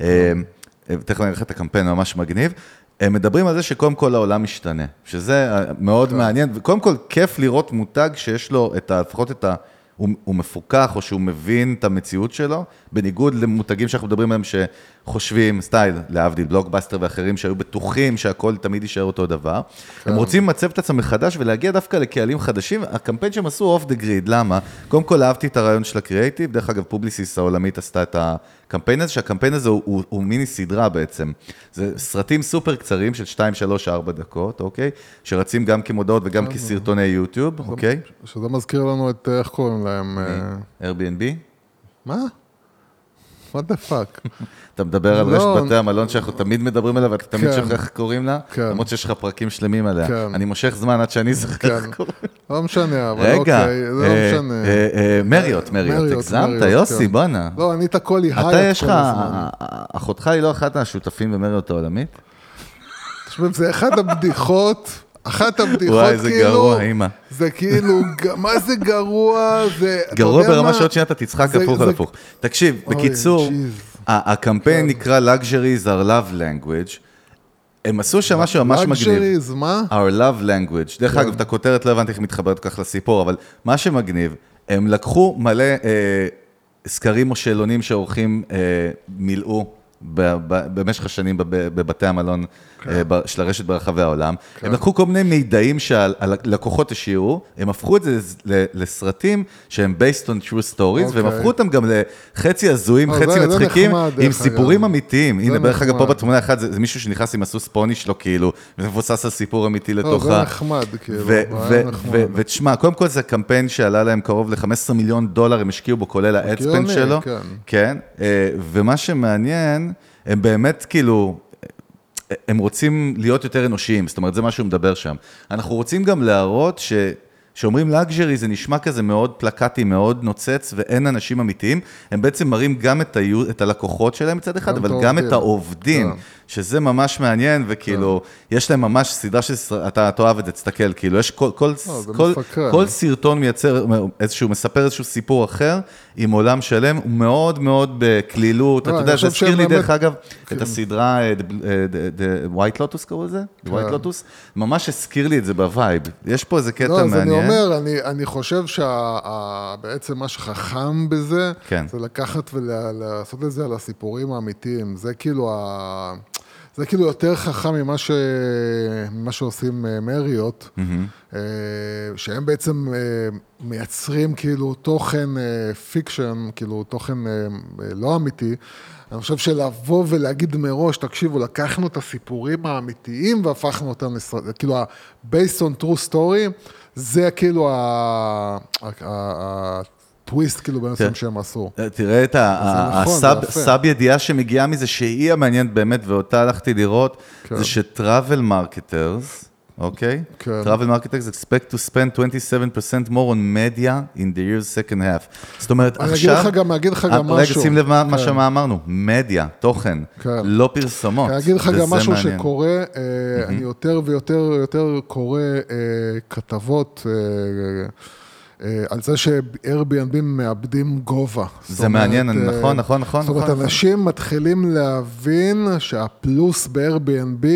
תכף אני אראה את הקמפיין ממש מגניב, הם מדברים על זה שקודם כל העולם משתנה, שזה מאוד מעניין, וקודם כל כיף לראות מותג שיש לו לפחות את הוא מפוקח או שהוא מבין את המציאות שלו, בניגוד למותגים שאנחנו מדברים עליהם שחושבים, סטייל, להבדיל, בלוקבאסטר ואחרים שהיו בטוחים שהכל תמיד יישאר אותו דבר. הם רוצים למצב את עצמם מחדש ולהגיע דווקא לקהלים חדשים. הקמפיין שהם עשו אוף דה גריד, למה? קודם כל אהבתי את הרעיון של הקריאייטיב, דרך אגב פובליסיס העולמית עשתה את הקמפיין הזה, שהקמפיין הזה הוא מיני סדרה בעצם. זה סרטים סופר קצרים של 2, 3, 4 דקות, אוקיי? שרצים גם כמודעות וגם כסרטוני יוטיוב, אוקיי? שזה מזכיר לנו את, איך קוראים להם? Airbnb? מה? What the fuck? אתה מדבר על רשת בתי המלון שאנחנו תמיד מדברים עליה, ואתה תמיד שוכח איך קוראים לה, למרות שיש לך פרקים שלמים עליה. אני מושך זמן עד שאני זוכר איך קוראים. לא משנה, אבל אוקיי, זה לא משנה. מריות, הגזמת, יוסי, בואנה. לא, אני את הכל היא אתה יש לך, אחותך היא לא אחת השותפים במריות העולמית? תשמע, זה אחת הבדיחות וואי, זה גרוע, אימא. זה כאילו, מה זה גרוע? גרוע ברמה שעוד שנייה אתה תצחק הפוך על הפוך. תקשיב, בקיצור, הקמפיין נקרא Luxury is our love language. הם עשו שם משהו ממש מגניב. Luxuries, מה? Our love language. דרך אגב, את הכותרת לא הבנתי איך מתחברת כך לסיפור, אבל מה שמגניב, הם לקחו מלא סקרים או שאלונים שעורכים מילאו במשך השנים בבתי המלון של הרשת ברחבי העולם. הם לקחו כל מיני מידעים שהלקוחות השאירו, הם הפכו את זה לסרטים שהם based on true stories, והם הפכו אותם גם לחצי הזויים, חצי מצחיקים, עם סיפורים אמיתיים. הנה, בערך אגב פה בתמונה אחת, זה מישהו שנכנס עם הסוס פוני שלו, כאילו, ומבוסס על סיפור אמיתי לתוכה. זה נחמד, כאילו. ותשמע, קודם כל זה קמפיין שעלה להם קרוב ל$15 מיליון, הם השקיעו בו, כולל האדספנד שלו. כן. ומה שמעניין, הם באמת כאילו, הם רוצים להיות יותר אנושיים, זאת אומרת, זה מה שהוא מדבר שם. אנחנו רוצים גם להראות שאומרים לג'רי, זה נשמע כזה מאוד פלקטי, מאוד נוצץ, ואין אנשים אמיתיים, הם בעצם מראים גם את הלקוחות שלהם מצד אחד, אבל גם את העובדים, שזה ממש מעניין, וכאילו, יש להם ממש סדרה שאתה אוהב את זה, תסתכל, כאילו, יש כל סרטון מייצר, מספר איזשהו סיפור אחר, עם עולם שלם, הוא מאוד מאוד בכלילות, אתה יודע, תזכיר לי דרך אגב, את הסדרה, White Lotus קראו לזה? White Lotus? ממש הזכיר לי את זה בווייב, יש פה איזה קטע מעניין. אני חושב שבעצם מה שחכם בזה, זה לקחת ולעשות את זה על הסיפורים האמיתיים. זה כאילו יותר חכם ממה שעושים מריות, שהם בעצם מייצרים כאילו תוכן פיקשן, כאילו תוכן לא אמיתי. אני חושב שלבוא ולהגיד מראש, תקשיבו, לקחנו את הסיפורים האמיתיים והפכנו אותם, כאילו ה-based on true story, זה כאילו הטוויסט כאילו בעצם שהם עשו. תראה את הסאב ידיעה שמגיעה מזה, שהיא המעניינת באמת, ואותה הלכתי לראות, זה שטראבל מרקטרס, אוקיי? Travel marketers expect to spend 27% more on media in the year's second half. זאת אומרת, עכשיו... אני אגיד לך גם משהו. רגע, שים לב מה שמה אמרנו. מדיה, תוכן, לא פרסומות. אני אגיד לך גם משהו שקורה, אני יותר ויותר קורא כתבות על זה ש-Airbnb מאבדים גובה. זה מעניין, נכון. זאת אומרת, אנשים מתחילים להבין שהפלוס ב-Airbnb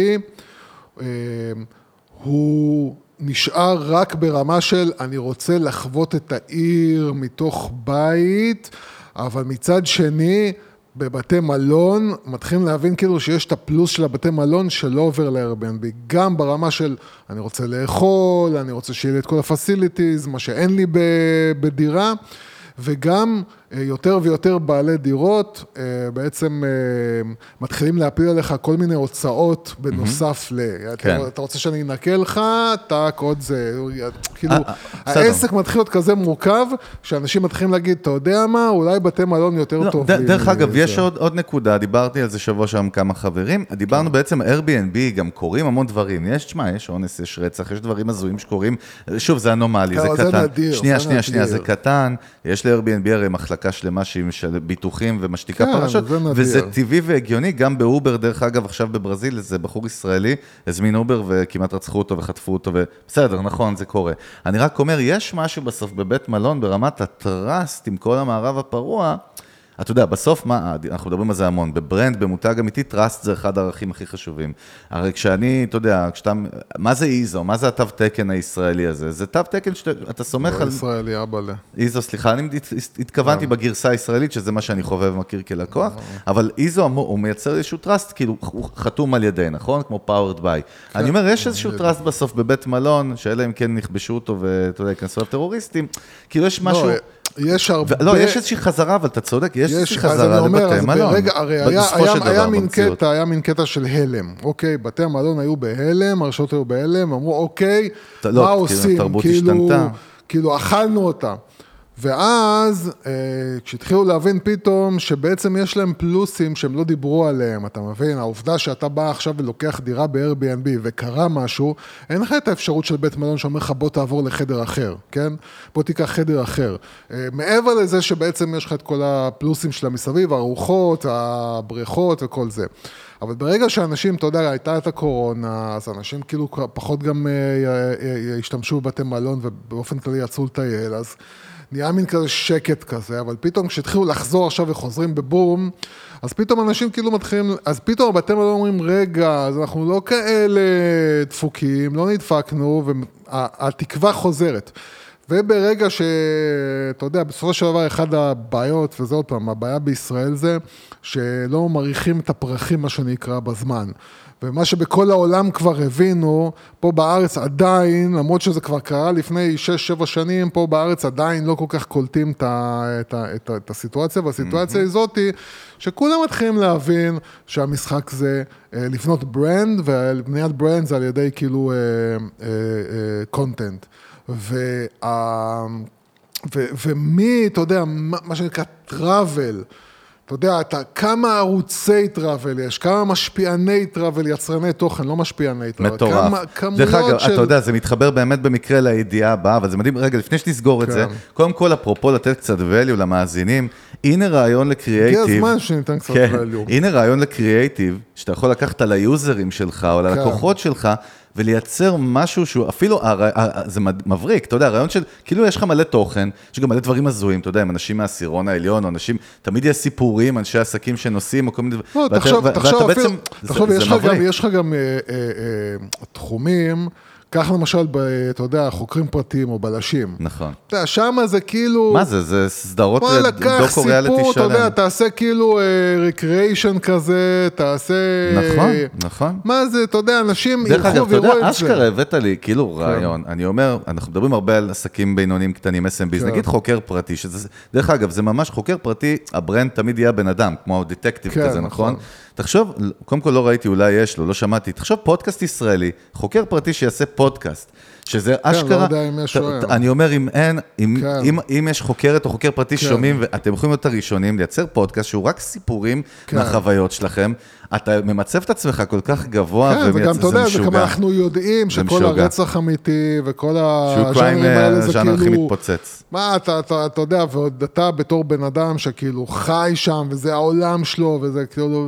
הוא נשאר רק ברמה של אני רוצה לחוות את העיר מתוך בית, אבל מצד שני, בבתי מלון, מתחילים להבין כאילו שיש את הפלוס של הבתי מלון שלא עובר ל-Airbnb, גם ברמה של אני רוצה לאכול, אני רוצה שיהיה לי את כל הפסיליטיז, מה שאין לי בדירה, וגם יותר ויותר בעלי דירות בעצם מתחילים להפיל עליך כל מיני הוצאות בנוסף אתה רוצה שאני אנקה לך, תק עוד זה, כאילו העסק מתחיל להיות כזה מורכב, שאנשים מתחילים להגיד, אתה יודע מה, אולי בתי מלון יותר טובים. דרך אגב, יש עוד נקודה, דיברתי על זה שבוע שם כמה חברים, דיברנו בעצם, Airbnb גם קוראים המון דברים, יש אונס, יש רצח, יש דברים הזויים שקוראים, שוב, זה אנומלי, זה קטן. שנייה, זה קטן, יש ל-Airbnb הרי מחלקה שלמה של ביטוחים ומשתיקה פרשות, וזה טבעי והגיוני, גם באובר, דרך אגב, עכשיו בברזיל, איזה בחור ישראלי, הזמין אובר וכמעט רצחו אותו וחטפו אותו, בסדר, נכון, זה קורה. אני רק אומר, יש משהו בסוף בבית מלון, ברמת הטרסט עם כל המערב הפרוע, אתה יודע, בסוף מה, אנחנו מדברים על זה המון, בברנד, במותג אמיתי, טראסט זה אחד הערכים הכי חשובים. הרי כשאני, אתה יודע, מה זה איזו? מה זה התו תקן הישראלי הזה? זה תו תקן שאתה סומך על... ישראלי, אבאלה. איזו, סליחה, אני התכוונתי בגרסה הישראלית, שזה מה שאני חובב מכיר כלקוח, אבל איזו הוא מייצר איזשהו טראסט, כאילו הוא חתום על ידי, נכון? כמו powered by. אני אומר, יש איזשהו טראסט בסוף בבית מלון, שאלה אם כן נכבשו אותו ואתה יודע, כנסו לטרוריסטים, כאילו יש משהו... יש הרבה... לא, יש איזושהי חזרה, אבל אתה צודק, יש איזושהי חזרה לבתי מלון. הרי היה מין קטע של הלם, אוקיי, בתי המלון היו בהלם, הרשות היו בהלם, אמרו, אוקיי, מה עושים? כאילו, אכלנו אותה. ואז, כשהתחילו להבין פתאום שבעצם יש להם פלוסים שהם לא דיברו עליהם, אתה מבין? העובדה שאתה בא עכשיו ולוקח דירה ב-Airbnb וקרה משהו, אין לך את האפשרות של בית מלון שאומר לך בוא תעבור לחדר אחר, כן? בוא תיקח חדר אחר. מעבר לזה שבעצם יש לך את כל הפלוסים של המסביב, הרוחות, הבריכות וכל זה. אבל ברגע שאנשים, אתה יודע, הייתה את הקורונה, אז אנשים כאילו פחות גם השתמשו בבתי מלון ובאופן כללי יצאו לטייל, אז נהיה מין כזה שקט כזה, אבל פתאום כשהתחילו לחזור עכשיו וחוזרים בבום, אז פתאום אנשים כאילו מתחילים, אז פתאום הבתי מלון אומרים, רגע, אז אנחנו לא כאלה דפוקים, לא נדפקנו, והתקווה חוזרת. וברגע שאתה יודע, בסופו של דבר אחד הבעיות, וזה עוד פעם, הבעיה בישראל זה, שלא מריחים את הפרחים, מה שנקרא, בזמן. ומה שבכל העולם כבר הבינו, פה בארץ עדיין, למרות שזה כבר קרה לפני 6-7 שנים, פה בארץ עדיין לא כל כך קולטים את הסיטואציה, והסיטואציה היא זאתי, שכולם מתחילים להבין שהמשחק זה לבנות ברנד, ובניית ברנד זה על ידי כאילו קונטנט. ומי, אתה יודע, מה שנקרא טראבל, אתה יודע, כמה ערוצי טראבל יש, כמה משפיעני טראבל, יצרני תוכן, לא משפיעני טראבל. מטורף. דרך אגב, אתה יודע, זה מתחבר באמת במקרה לידיעה הבאה, אבל זה מדהים, רגע, לפני שתסגור את זה, קודם כל, אפרופו לתת קצת value למאזינים, הנה רעיון לקריאייטיב. הגיע הזמן שניתן קצת value. הנה רעיון לקריאייטיב, שאתה יכול לקחת על היוזרים שלך, או על הלקוחות שלך, ולייצר משהו שהוא אפילו, זה מבריק, אתה יודע, הרעיון של, כאילו יש לך מלא תוכן, יש גם מלא דברים הזויים, אתה יודע, עם אנשים מהסירון העליון, או אנשים, תמיד יש סיפורים, אנשי עסקים שנוסעים, או כל מיני דברים, תחשוב, יש לך גם תחומים, כך למשל, אתה יודע, חוקרים פרטיים או בלשים. נכון. אתה יודע, שמה זה כאילו... מה זה? זה סדרות דוקו ריאליטי שלם. אתה יודע, תעשה כאילו ריקריאיישן כזה, תעשה... נכון. מה זה, אתה יודע, אנשים ילכו ויראו את זה. דרך אגב, אתה יודע, אשכרה הבאת לי, כאילו רעיון. אני אומר, אנחנו מדברים הרבה על עסקים בינוניים קטנים, SMBs, נגיד חוקר פרטי, דרך אגב, זה ממש חוקר פרטי, הברנד תמיד יהיה בן אדם, כמו דטקטיב כזה, נכון? תחשוב, קודם כל לא ראיתי, אולי יש לו, לא שמעתי, תחשוב פודקאסט ישראלי, חוקר פרטי שיעשה פודקאסט, שזה אשכרה, לא יודע אם יש או אין. אני אומר, אם אין, אם יש חוקרת או חוקר פרטי שומעים, ואתם יכולים להיות הראשונים, לייצר פודקאסט שהוא רק סיפורים מהחוויות שלכם, אתה ממצב את עצמך כל כך גבוה, כן, וגם אתה יודע, וגם אנחנו יודעים שכל הרצח אמיתי, וכל הז'אנרים האלה זה כאילו... הכי מתפוצץ. מה, אתה יודע, ועוד אתה בתור בן אדם שכאילו חי שם, וזה העולם שלו, וזה כאילו,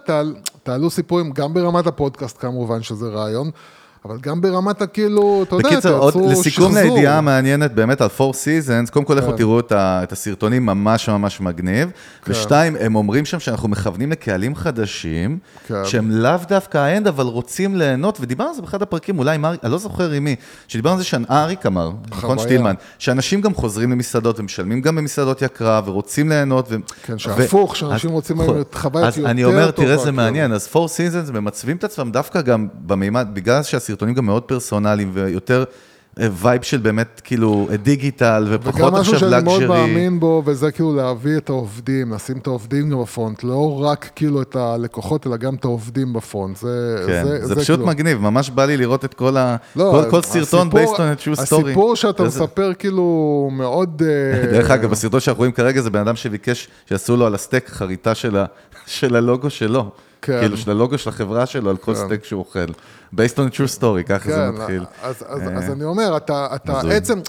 תעלו סיפורים, גם ברמת הפודקאסט כמובן שזה רעיון, אבל גם ברמת הכאילו, אתה יודע, בקיצר, לסיכום לידיעה המעניינת באמת על 4 Seasons, קודם כל לכו תראו את הסרטונים ממש ממש מגניב, ושתיים, הם אומרים שם שאנחנו מכוונים לקהלים חדשים, שהם לאו דווקא האנד, אבל רוצים ליהנות, ודיברנו על זה באחד הפרקים, אולי עם אריק, אני לא זוכר עם מי, שדיברנו על זה שאריק אמר, נכון שטילמן, שאנשים גם חוזרים למסעדות, ומשלמים גם במסעדות יקרה, ורוצים ליהנות, כן, שהפוך, שאנשים רוצים את חוויה יותר טובה. אז אני אומר, תראה זה מעניין, אז 4 Seasons ממצבים את עצמם דווקא גם במימד, בגלל הסרטונים גם מאוד פרסונליים ויותר וייב של באמת כאילו דיגיטל ופחות עכשיו לגשרי. וגם משהו שאני מאוד מאמין בו, וזה כאילו להביא את העובדים, לשים את העובדים גם בפרונט, לא רק כאילו את הלקוחות, אלא גם את העובדים בפרונט. זה פשוט מגניב, ממש בא לי לראות את כל סרטון based on a true story. הסיפור שאתה מספר כאילו מאוד... דרך אגב, הסרטון שאנחנו רואים כרגע זה בן אדם שביקש שיעשו לו על הסטייק חריטה של הלוגו שלו. כאילו של הלוגו של החברה שלו על כל סטייק שהוא אוכל. based on a true story, ככה זה מתחיל. אז אני אומר, אתה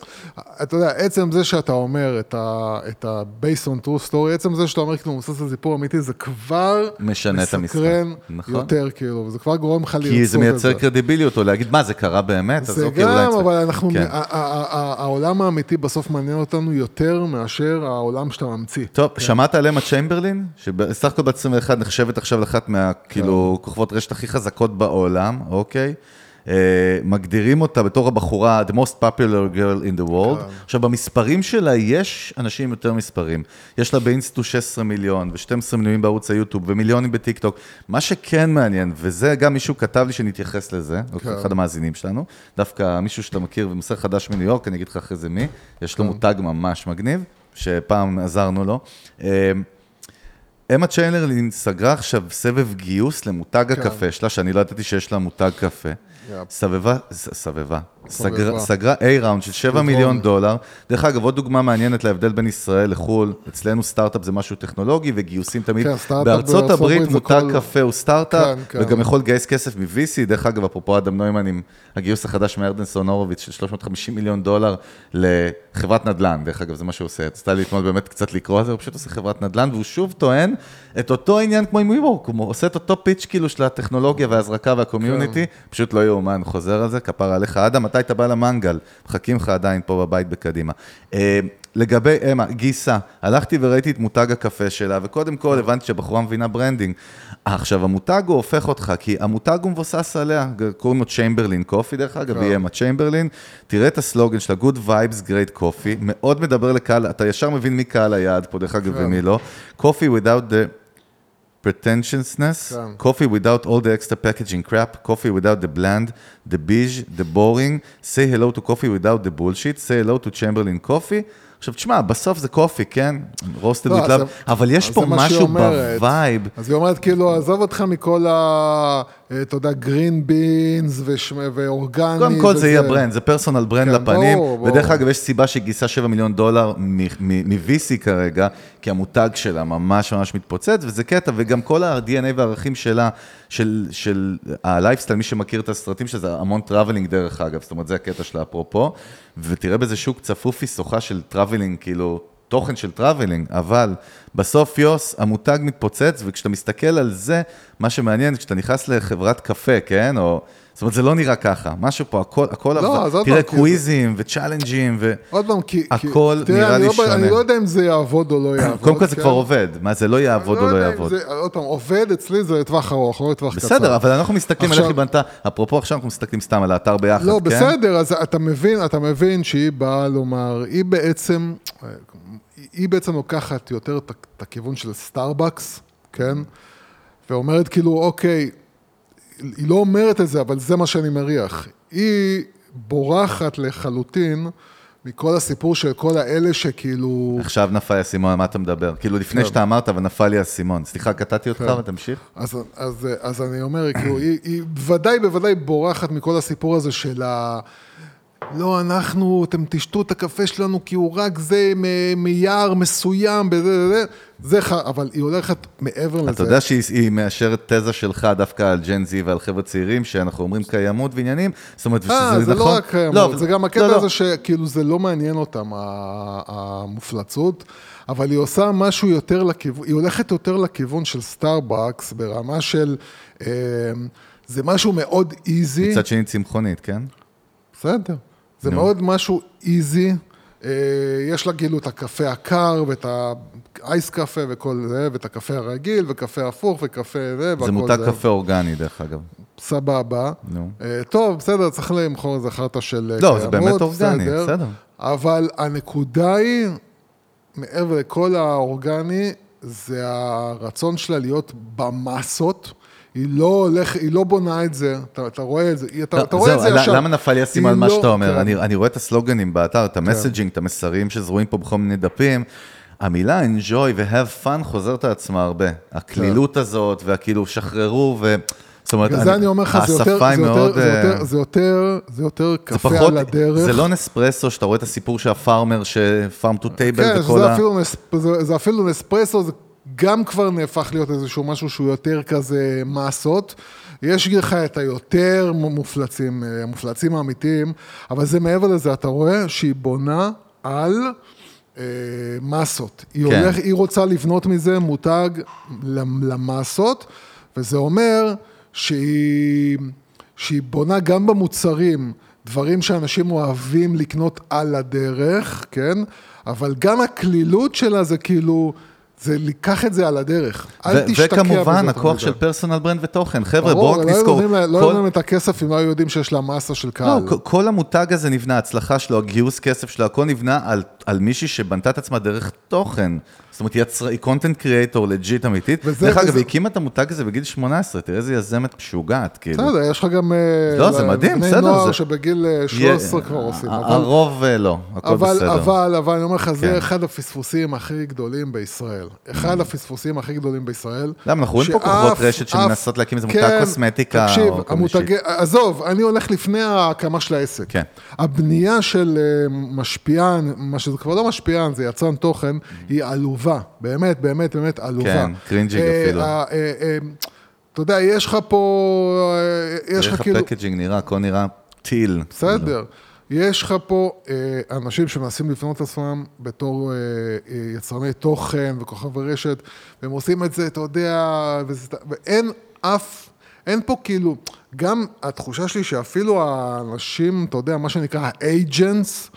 יודע, עצם זה שאתה אומר את ה-based on true story, עצם זה שאתה אומר כאילו מבוסס על סיפור אמיתי, זה כבר משנה את המשחק. מסקרן יותר כאילו, וזה כבר גורם לך לרצות את זה. כי זה מייצר קרדיביליות, או להגיד, מה, זה קרה באמת? זה גם, אבל אנחנו, העולם האמיתי בסוף מעניין אותנו יותר מאשר העולם שאתה ממציא. טוב, שמעת עליהם הצ'יימברלין? שבסך הכל ב-21 נחשבת עכשיו לאחת מהכאילו כוכבות רשת הכי חזקות בעולם, אוקיי? מגדירים אותה בתור הבחורה, the most popular girl in the world. עכשיו, במספרים שלה יש אנשים יותר מספרים. יש לה באינסטו 16 מיליון, ו12 מיליונים בערוץ היוטיוב, ומיליונים בטיקטוק. מה שכן מעניין, וזה גם מישהו כתב לי שנתייחס לזה, אחד המאזינים שלנו, דווקא מישהו שאתה מכיר ומסר חדש מניו יורק, אני אגיד לך אחרי זה מי, יש לו מותג ממש מגניב, שפעם עזרנו לו. אמה צ'יינברלין סגרה עכשיו סבב גיוס למותג הקפה שלה, שאני לא ידעתי שיש לה מותג קפה. סגרה A-ראונד של $7 מיליון. דרך אגב, עוד דוגמה מעניינת להבדל בין ישראל לחול. אצלנו סטארט-אפ זה משהו טכנולוגי וגיוסים תמיד. בארצות הברית מותג קפה הוא סטארט-אפ, וגם יכול לגייס כסף מ-VC. דרך אגב, אפרופו אדם נוימן עם הגיוס החדש מארדנסון הורוביץ של $350 מיליון לחברת נדל"ן. דרך אגב, זה מה שהוא עושה. צטה לי אתמול באמת קצת לקרוא על זה, הוא פשוט עושה חברת נדל"ן, והוא שוב טוען את אותו עניין כמו עם WeWork, הוא עושה את אותו פיץ' כאילו של הטכנולוגיה וההזרקה והקומיוניטי, פשוט לא יאומן, חוזר על זה, כפר עליך, אדם, מתי אתה בא למנגל? מחכים לך עדיין פה בבית בקדימה. לגבי אמה, גיסה, הלכתי וראיתי את מותג הקפה שלה, וקודם כל הבנתי שהבחורה מבינה ברנדינג. עכשיו, המותג הוא הופך אותך, כי המותג הוא מבוסס עליה, קוראים לו צ'יימברלין קופי, דרך אגב, היא אמה צ'יימברלין, תראה את הסלוגן שלה, Good Vibes, Great Coffee, מאוד מדבר לקהל, אתה ישר מבין מי קהל היעד פה, דרך אגב, ומי לא. Coffee without the pretentiousness, coffee without all the extra packaging crap, coffee without the bland, the beige, the boring, say hello to coffee without the bullshit, say hello to Chamberlain coffee. עכשיו, תשמע, בסוף זה קופי, כן? roasted with love, אבל יש פה משהו בווייב. אז היא אומרת, כאילו, עזוב אותך מכל אתה יודע, גרין בינס ואורגני. קודם כל זה יהיה ברנד, זה פרסונל ברנד לפנים, ודרך אגב, יש סיבה שגייסה $7 מיליון מ-VC כרגע, כי המותג שלה ממש ממש מתפוצץ, וזה קטע, וגם כל ה-DNA והערכים שלה, של הלייפסטייל, מי שמכיר את הסרטים שזה המון טראבלינג דרך אגב, זאת אומרת, זה הקטע שלה אפרופו, ותראה בזה שוק צפופי, שוחה של טראבלינג, כאילו, תוכן של טראבלינג, אבל בסוף יוס, המותג מתפוצץ, וכשאתה מסתכל על זה, מה שמעניין, כשאתה נכנס לחברת קפה, כן? או, זאת אומרת, זה לא נראה ככה. משהו פה, הכל תראה, קוויזים וצ'אלנג'ים, והכל נראה לי שונה. אני לא יודע אם זה יעבוד או לא יעבוד. קודם כל זה כבר עובד. מה, זה לא יעבוד או לא יעבוד? עוד פעם, עובד אצלי זה לטווח ארוך, לא לטווח קצר. בסדר, אבל אנחנו מסתכלים על איך היא בנתה, אפרופו עכשיו אנחנו מסתכלים סתם על האתר ביחד, כן? לא, בסדר, אז אתה מבין שהיא באה לומר, היא בעצם לוקחת יותר את הכיוון של סטארבקס, כן? ואומרת כאילו, אוקיי, היא לא אומרת את זה, אבל זה מה שאני מריח. היא בורחת לחלוטין מכל הסיפור של כל האלה שכאילו... עכשיו נפל לי הסימון, מה אתה מדבר? כאילו לפני שאתה אמרת, אבל נפל לי הסימון. סליחה, קטעתי אותך ותמשיך. אז אני אומר, כאילו, היא בוודאי בורחת מכל הסיפור הזה של לא, אתם תשתו את הקפה שלנו, כי הוא רק זה מיער מסוים, אבל היא הולכת מעבר לזה. אתה יודע שהיא מאשרת תזה שלך דווקא על ג'ן זי ועל חבר'ה צעירים, שאנחנו אומרים קיימות ועניינים, זאת אומרת, שזה נכון. זה לא רק קיימות, זה גם הקטע הזה שכאילו זה לא מעניין אותם, המופלצות, אבל היא עושה משהו יותר לכיוון, היא הולכת יותר לכיוון של סטארבקס, ברמה של, זה משהו מאוד איזי. מצד שני צמחונית, כן? בסדר. זה מאוד משהו איזי, יש לה כאילו את הקפה הקר ואת האייס קפה וכל זה, ואת הקפה הרגיל וקפה הפוך וקפה זה. זה מותג קפה אורגני דרך אגב. סבבה. טוב, בסדר, צריך למכור איזה חרטה של לא, זה באמת אורגני, בסדר. אבל הנקודה היא, מעבר לכל האורגני, זה הרצון שלה להיות במסות, היא לא בונה את זה, אתה רואה את זה, אתה רואה את זה ישר. למה נפל לי הסימן מה שאתה אומר? אני רואה את הסלוגנים באתר, את המסג'ינג, את המסרים שזרועים פה בכל מיני דפים, המילה enjoy ו-have fun חוזרת לעצמה הרבה. הכלילות הזאת, והכאילו שחררו, זאת אומרת, אני אומר לך, זה יותר קפה על הדרך. זה לא נספרסו, שאתה רואה את הסיפור שהפארמר, שפארם טו טייבל וכל זה אפילו נספרסו, זה גם כבר נהפך להיות איזשהו משהו שהוא יותר כזה מסות, יש לך את היותר מופלצים האמיתיים, אבל זה מעבר לזה, אתה רואה שהיא בונה על מסות. היא רוצה לבנות מזה מותג למסות, וזה אומר שהיא בונה גם במוצרים, דברים שאנשים אוהבים לקנות על הדרך, כן? אבל גם הכלילות שלה זה כאילו... זה לקח את זה על הדרך. אל תשתקע בזה. וכמובן, הכוח של פרסונל ברנד ותוכן. חבר'ה, בואו רק נזכור. לא יודעים את הכסף אם לא יודעים שיש לה מסה של קהל. לא, כל המותג הזה נבנה, הצלחה שלו, הגיוס כסף שלו, הכל נבנה על מישהי שבנתה את עצמה דרך תוכן. זאת אומרת, היא קונטנט קריאטור לג'יט אמיתית. דרך אגב, היא הקימה את המותג הזה בגיל 18, תראה איזה יזמת פשוגעת, כאילו. בסדר, יש לך גם... לא, זה מדהים, בסדר. בני נוער שבגיל 13 כבר עושים. הרוב לא, הכל בסדר. אבל אני אומר לך, זה אחד הפספוסים הכי גדולים בישראל. אחד הפספוסים הכי גדולים בישראל. למה, אנחנו רואים פה כוחות רשת שמנסות להקים איזה מותג קוסמטיקה. תקשיב, עזוב, אני הולך לפני ההקמה של העסק. הבנייה של משפיען, מה שזה כבר לא משפיען, זה יצרן תוכן, היא עלובה. באמת, באמת, באמת עלובה. כן, קרינג'יג אפילו. אתה יודע, יש לך פה... יש לך פקג'ינג נראה, הכל נראה טיל. בסדר. יש לך פה אנשים שמנסים לפנות את עצמם בתור יצרני תוכן וכוכב ורשת, והם עושים את זה, אתה יודע, ואין אין פה כאילו, גם התחושה שלי שאפילו האנשים, אתה יודע, מה שנקרא האג'נס,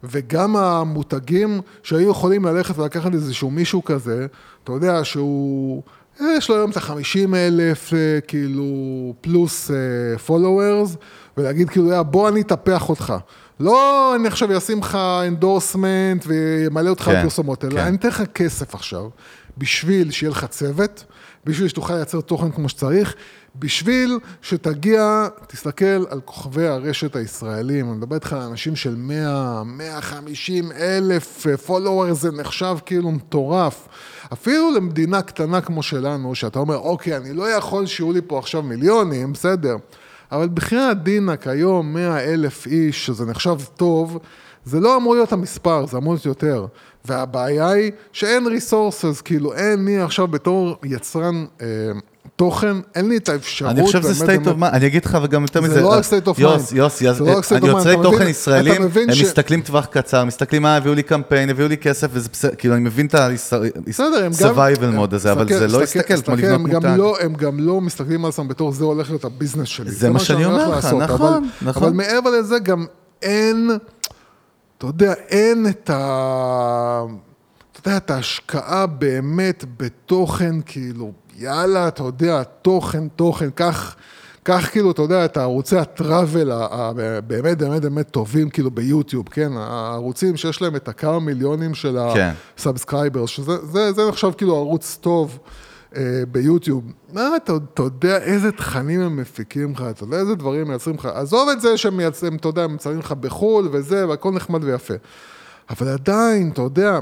וגם המותגים שהיו יכולים ללכת ולקחת איזשהו מישהו כזה, אתה יודע שהוא, יש לו היום את ה-50,000 כאילו פלוס followers, ולהגיד כאילו, בוא אני אטפח אותך. לא אני עכשיו אשים לך אנדורסמנט וימלא אותך על פרסומות, אלא אני אתן לך כסף עכשיו, בשביל שיהיה לך צוות, בשביל שתוכל לייצר תוכן כמו שצריך, בשביל שתגיע, תסתכל על כוכבי הרשת הישראלים, אני מדבר איתך על אנשים של 100-150 אלף followers, זה נחשב כאילו מטורף. אפילו למדינה קטנה כמו שלנו, שאתה אומר, אוקיי, אני לא יכול שיהיו לי פה עכשיו מיליונים, בסדר. אבל בחירת דינק היום 100,000 איש, שזה נחשב טוב, זה לא אמור להיות המספר, זה אמור להיות יותר. והבעיה היא שאין ריסורסס, כאילו אין לי עכשיו בתור יצרן תוכן, אין לי את האפשרות. אני חושב שזה state of mind, אני אגיד לך וגם יותר מזה. זה לא state of mind. יוסי, אני יוצרי תוכן ישראלים, הם מסתכלים טווח קצר, מסתכלים הביאו לי קמפיין, הביאו לי כסף, וזה בסדר, כאילו אני מבין את ה-survival mode הזה, אבל זה לא יסתכל, כמו לבנות מותג. הם גם לא מסתכלים על זה בתור, זה הולך להיות הביזנס שלי. זה מה שאני אומר לך, נכון. אבל מעבר לזה גם אין, אתה יודע, אין את את ההשקעה באמת בתוכן, כאילו, יאללה, אתה יודע, תוכן, כך כאילו, אתה יודע, את הערוצי הטראבל, באמת טובים, כאילו, ביוטיוב, כן? הערוצים שיש להם את הכמה מיליונים של הסאבסקרייברס, שזה נחשב כאילו ערוץ טוב ביוטיוב. אתה יודע איזה תכנים הם מפיקים לך, אתה יודע איזה דברים מייצרים לך, עזוב את זה שהם מייצרים, אתה יודע, הם מצרים לך בחול וזה, והכל נחמד ויפה. אבל עדיין, אתה יודע,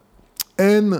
אין,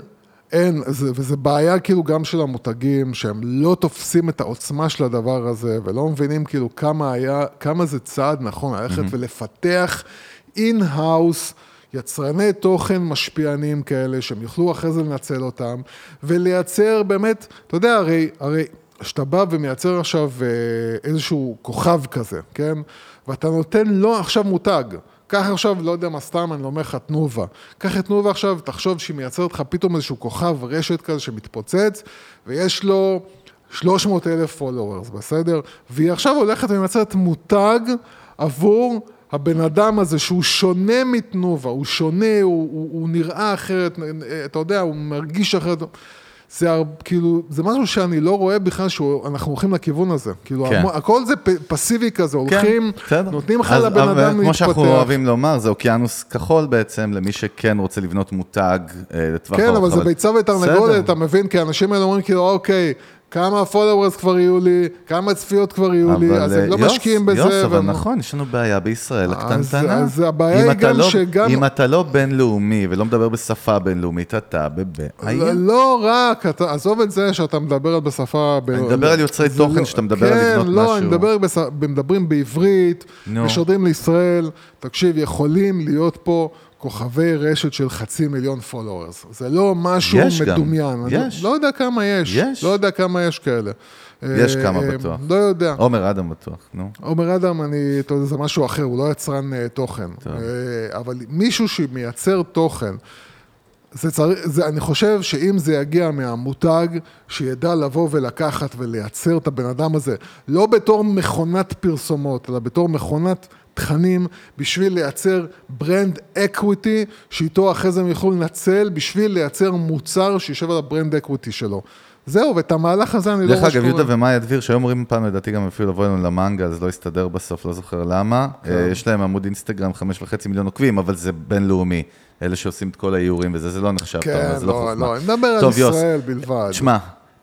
וזה בעיה כאילו גם של המותגים, שהם לא תופסים את העוצמה של הדבר הזה, ולא מבינים כאילו כמה זה צעד נכון, ללכת ולפתח אין-האוס, יצרני תוכן משפיענים כאלה, שהם יוכלו אחרי זה לנצל אותם, ולייצר באמת, אתה יודע, הרי שאתה בא ומייצר עכשיו איזשהו כוכב כזה, כן? ואתה נותן לו עכשיו מותג, קח עכשיו, לא יודע מה סתם, אני לא אומר לך תנובה. קח את תנובה עכשיו, תחשוב שהיא מייצרת לך פתאום איזשהו כוכב רשת כזה שמתפוצץ, ויש לו 300,000 followers, בסדר? והיא עכשיו הולכת ומייצרת מותג עבור הבן אדם הזה, שהוא שונה מתנובה, הוא שונה, הוא נראה אחרת, אתה יודע, הוא מרגיש אחרת. זה כאילו, זה משהו שאני לא רואה בכלל שאנחנו הולכים לכיוון הזה. כאילו, הכל זה פסיבי כזה, הולכים, נותנים לך לבן אדם להתפתח. כמו שאנחנו אוהבים לומר, זה אוקיינוס כחול בעצם, למי שכן רוצה לבנות מותג לטווח ארוך. כן, אבל זה ביצה ותרנגולת, אתה מבין, כי האנשים האלה אומרים כאילו, אוקיי, כמה followers כבר יהיו לי, כמה צפיות כבר יהיו לי, אז הם לא משקיעים בזה. יוס, אבל נכון, יש לנו בעיה בישראל, הקטנטנה. אז הבעיה היא גם שגם... אם אתה לא בינלאומי, ולא מדבר בשפה בינלאומית, אתה בבעיה. לא רק, עזוב את זה שאתה מדבר בשפה... אני מדבר על יוצרי תוכן, שאתה מדבר על לבנות משהו. כן, לא, מדברים בעברית, משדרים לישראל, תקשיב, יכולים להיות פה... כוכבי רשת של 500,000 followers. זה לא משהו מדומיין. יש. לא יודע כמה יש. לא יודע כמה יש כאלה. יש כמה בטוח. לא יודע. עומר אדם בטוח, נו. עומר אדם, זה משהו אחר, הוא לא יצרן תוכן. אבל מישהו שמייצר תוכן, אני חושב שאם זה יגיע מהמותג, שידע לבוא ולקחת ולייצר את הבן אדם הזה, לא בתור מכונת פרסומות, אלא בתור מכונת תכנים, בשביל לייצר ברנד אקוויטי, שאיתו אחרי זה הם יוכלו לנצל, בשביל לייצר מוצר שישב על הברנד אקוויטי שלו. זהו, ואת המהלך הזה אני לא רואה שקורה. דרך אגב, יהודה ומאי אדביר, שהיום אומרים פעם, לדעתי גם אפילו לבוא אלינו למנגה, אז לא יסתדר בסוף, לא זוכר למה. יש להם עמוד אינסטגרם 5.5 מיליון עוקבים, אבל זה בינלאומי. אלה שעושים את כל האיורים וזה, זה לא נחשב טוב, אז לא חוכמה. לא, אני מדבר על ישראל בלבד. תשמע,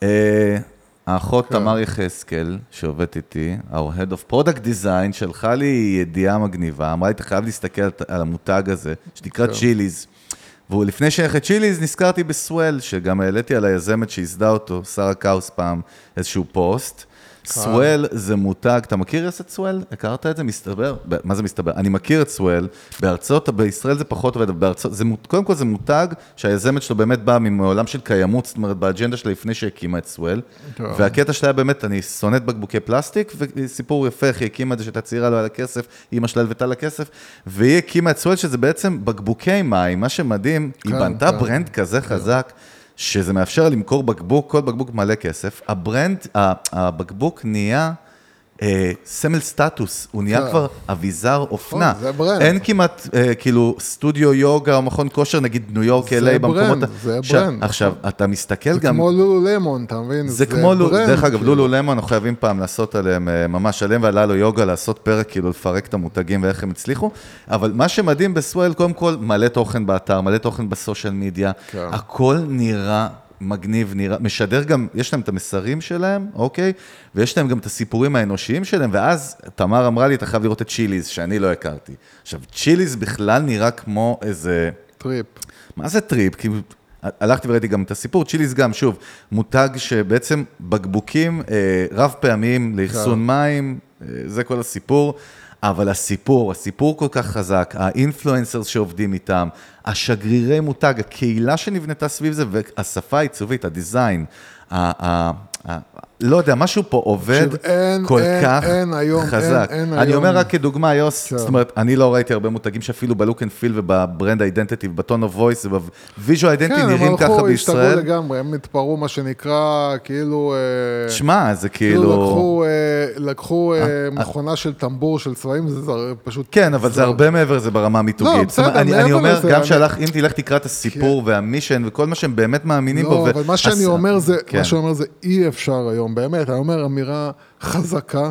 האחות תמר יחזקאל, שעובדת איתי, our head of product design, שלחה לי ידיעה מגניבה, אמרה לי, אתה חייב להסתכל על המותג הזה, שנקרא צ'יליז. ולפני שהלכת צ'יליז, נזכרתי בסוול, שגם העליתי על היזמת שהזדה אותו, שרה קאוס פעם, איזשהו פוסט. סוול זה מותג, אתה מכיר את סוול? הכרת את זה? מסתבר? מה זה מסתבר? אני מכיר את סוול, בישראל זה פחות עובד, קודם כל זה מותג שהיזמת שלו באמת באה מעולם של קיימות, זאת אומרת, באג'נדה שלה לפני שהקימה את סוול, והקטע שלה באמת, אני שונאת בקבוקי פלסטיק, וסיפור יפה, היא הקימה את זה שהייתה צעירה לו על הכסף, אמא שלה הלוותה לכסף, והיא הקימה את סוול שזה בעצם בקבוקי מים, מה שמדהים, היא בנתה ברנד כזה חזק, שזה מאפשר למכור בקבוק, כל בקבוק מלא כסף, הבקבוק נהיה סמל סטטוס, הוא נהיה כבר אביזר אופנה. זה ברנד. אין כמעט כאילו סטודיו יוגה או מכון כושר, נגיד ניו יורק, LA במקומות. זה ברנד. עכשיו, אתה מסתכל גם... זה כמו לולו למון, אתה מבין? זה כמו לולו, דרך אגב, לולו למון, אנחנו חייבים פעם לעשות עליהם ממש עליהם, ועלה לו יוגה לעשות פרק, כאילו לפרק את המותגים ואיך הם הצליחו. אבל מה שמדהים בסוויל, קודם כל, מלא תוכן באתר, מלא תוכן בסושיאל מדיה, הכל נראה מגניב, משדר גם, יש להם את המסרים שלהם, אוקיי? ויש להם גם את הסיפורים האנושיים שלהם, ואז תמר אמרה לי, אתה חייב לראות את צ'יליז, שאני לא הכרתי. עכשיו, צ'יליז בכלל נראה כמו איזה... טריפ. מה זה טריפ? כי הלכתי וראיתי גם את הסיפור, צ'יליז גם, שוב, מותג שבעצם בקבוקים רב פעמים לאחסון מים, זה כל הסיפור, אבל הסיפור כל כך חזק, האינפלואנסרס שעובדים איתם, השגרירי מותג, הקהילה שנבנתה סביב זה, והשפה העיצובית, הדיזיין, לא יודע, משהו פה עובד כל כך חזק. אני אומר רק כדוגמה, יוס, זאת אומרת, אני לא ראיתי הרבה מותגים שאפילו בלוק אנד פיל ובברנד אידנטיטי, בטון אוף וויס ובוויז'ואל אידנטיטי נראים ככה בישראל. כן, הם הלכו, השתגעו לגמרי, הם התפרו מה שנקרא, כאילו... שמה, זה כאילו... לקחו מכונה של טמבור של צבעים, זה פשוט... כן, אבל זה הרבה מעבר, זה ברמה מיתוגית. אני אומר, גם אם תלך תקרא את הסיפור והמישן וכל מה שהם באמת מאמינים בו. לא, אבל מה שאני אומר זה אי אפשר היום, באמת, אני אומר אמירה חזקה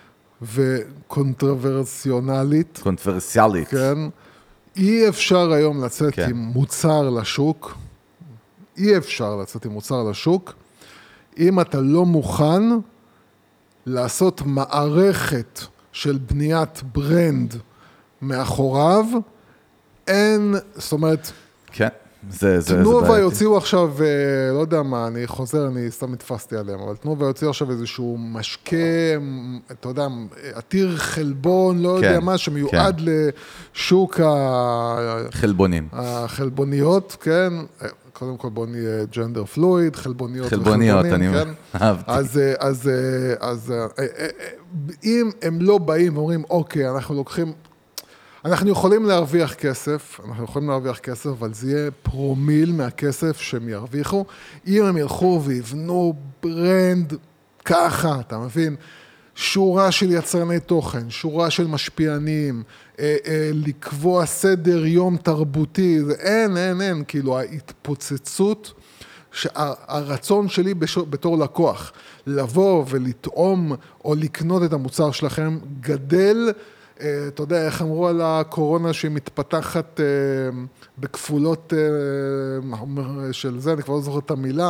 וקונטרוברסיונלית. קונטרוברסיאלית. כן. אי אפשר היום לצאת עם מוצר לשוק, אי אפשר לצאת עם מוצר לשוק, אם אתה לא מוכן לעשות מערכת של בניית ברנד מאחוריו, אין, זאת אומרת... כן. תנובה יוציאו עכשיו, לא יודע מה, אני חוזר, אני סתם התפסתי עליהם, אבל תנובה יוציאו עכשיו איזשהו משקה, אתה יודע, עתיר חלבון, לא יודע מה, שמיועד לשוק החלבוניות, כן, קודם כל בוא נהיה ג'נדר פלואיד, חלבוניות, אני אהבתי. אז אם הם לא באים ואומרים, אוקיי, אנחנו יכולים להרוויח כסף, אבל זה יהיה פרומיל מהכסף שהם ירוויחו, אם הם ילכו ויבנו ברנד ככה, אתה מבין? שורה של יצרני תוכן, שורה של משפיענים, לקבוע סדר יום תרבותי, אין, כאילו ההתפוצצות, הרצון שלי בתור לקוח, לבוא ולטעום או לקנות את המוצר שלכם, גדל, אתה יודע, איך אמרו על הקורונה שהיא מתפתחת בכפולות של זה, אני כבר לא זוכר את המילה,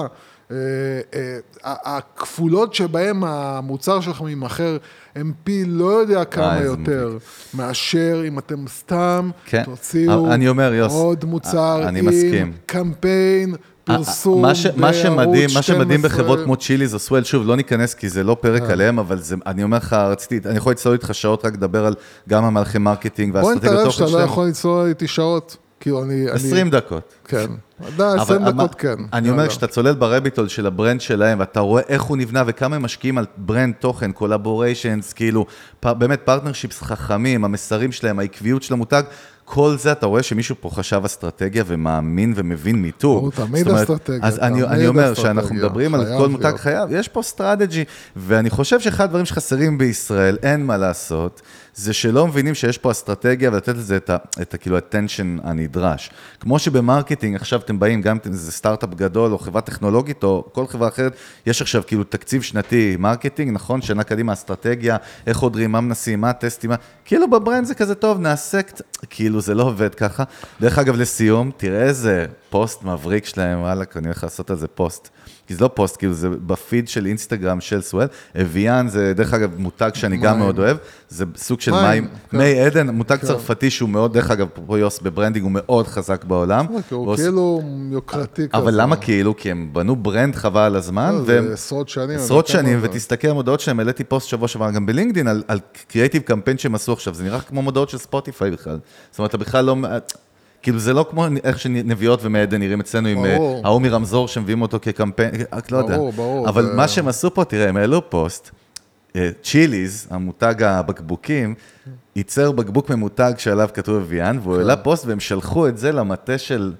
הכפולות שבהם המוצר שלכם ימחר, הם פי לא יודע כמה יותר, מאשר אם אתם סתם תוציאו עוד מוצר עם קמפיין, פרסום, מה שמדהים בחברות כמו צ'יליז או סוויל, שוב, לא ניכנס כי זה לא פרק עליהם, אבל אני אומר לך, אני יכול לצלול איתך שעות, רק לדבר על גם המהלכי מרקטינג והאסטרטגיות תוכן שלהם. בוא נתראה שאתה לא יכול לצלול איתי שעות. 20 דקות. כן. 20 דקות כן. אני אומר, כשאתה צולל ברביטול של הברנד שלהם, ואתה רואה איך הוא נבנה וכמה הם משקיעים על ברנד תוכן, קולבוריישנס, כאילו, באמת פרטנרשיפס חכמים, המסרים שלהם, העקביות של המותג, כל זה אתה רואה שמישהו פה חשב אסטרטגיה ומאמין ומבין מיתוג. הוא תמיד אסטרטגיה. אז אני אומר שאנחנו מדברים על כל מותג חייב, יש פה סטרטג'י, ואני חושב שאחד הדברים שחסרים בישראל, אין מה לעשות, זה שלא מבינים שיש פה אסטרטגיה, ולתת לזה את כאילו הטנשן הנדרש. כמו שבמרקטינג עכשיו אתם באים, גם אם זה סטארט-אפ גדול, או חברה טכנולוגית, או כל חברה אחרת, יש עכשיו כאילו תקציב שנתי מרקטינג, נכון? שנה קדימה אסטרטגיה, איך חודרים, מה מנסים, מה טסטים, כאילו בברנד זה כזה טוב, נעשה כאילו זה לא עובד ככה. דרך אגב לסיום, תראה איזה פוסט מבריק שלהם, וואלה, אני הולך לעשות על זה פוסט. כי זה לא פוסט, כאילו זה בפיד של אינסטגרם של סואל. אביאן זה דרך אגב מותג שאני גם מאוד אוהב, זה סוג של מים. מי עדן, מותג צרפתי שהוא מאוד, דרך אגב, פה יוס בברנדינג הוא מאוד חזק בעולם. הוא כאילו יוקרתי כזה. אבל למה כאילו? כי הם בנו ברנד חבל על הזמן. זה עשרות שנים. עשרות שנים, ותסתכל על מודעות שלהם, העליתי פוסט שבוע שעבר גם בלינקדין, על קריאטיב קמפיין שהם עשו עכשיו, זה נראה כמו מודעות של ספוטיפיי בכלל. זאת אומרת, בכלל לא... כאילו זה לא כמו איך שנביאות ומעדן נראים אצלנו עם ההוא מרמזור שמביאים אותו כקמפיין, לא יודע. אבל מה שהם עשו פה, תראה, הם העלו פוסט, צ'יליז, המותג הבקבוקים, ייצר בקבוק ממותג שעליו כתוב אביאן, והוא העלה פוסט והם שלחו את זה למטה של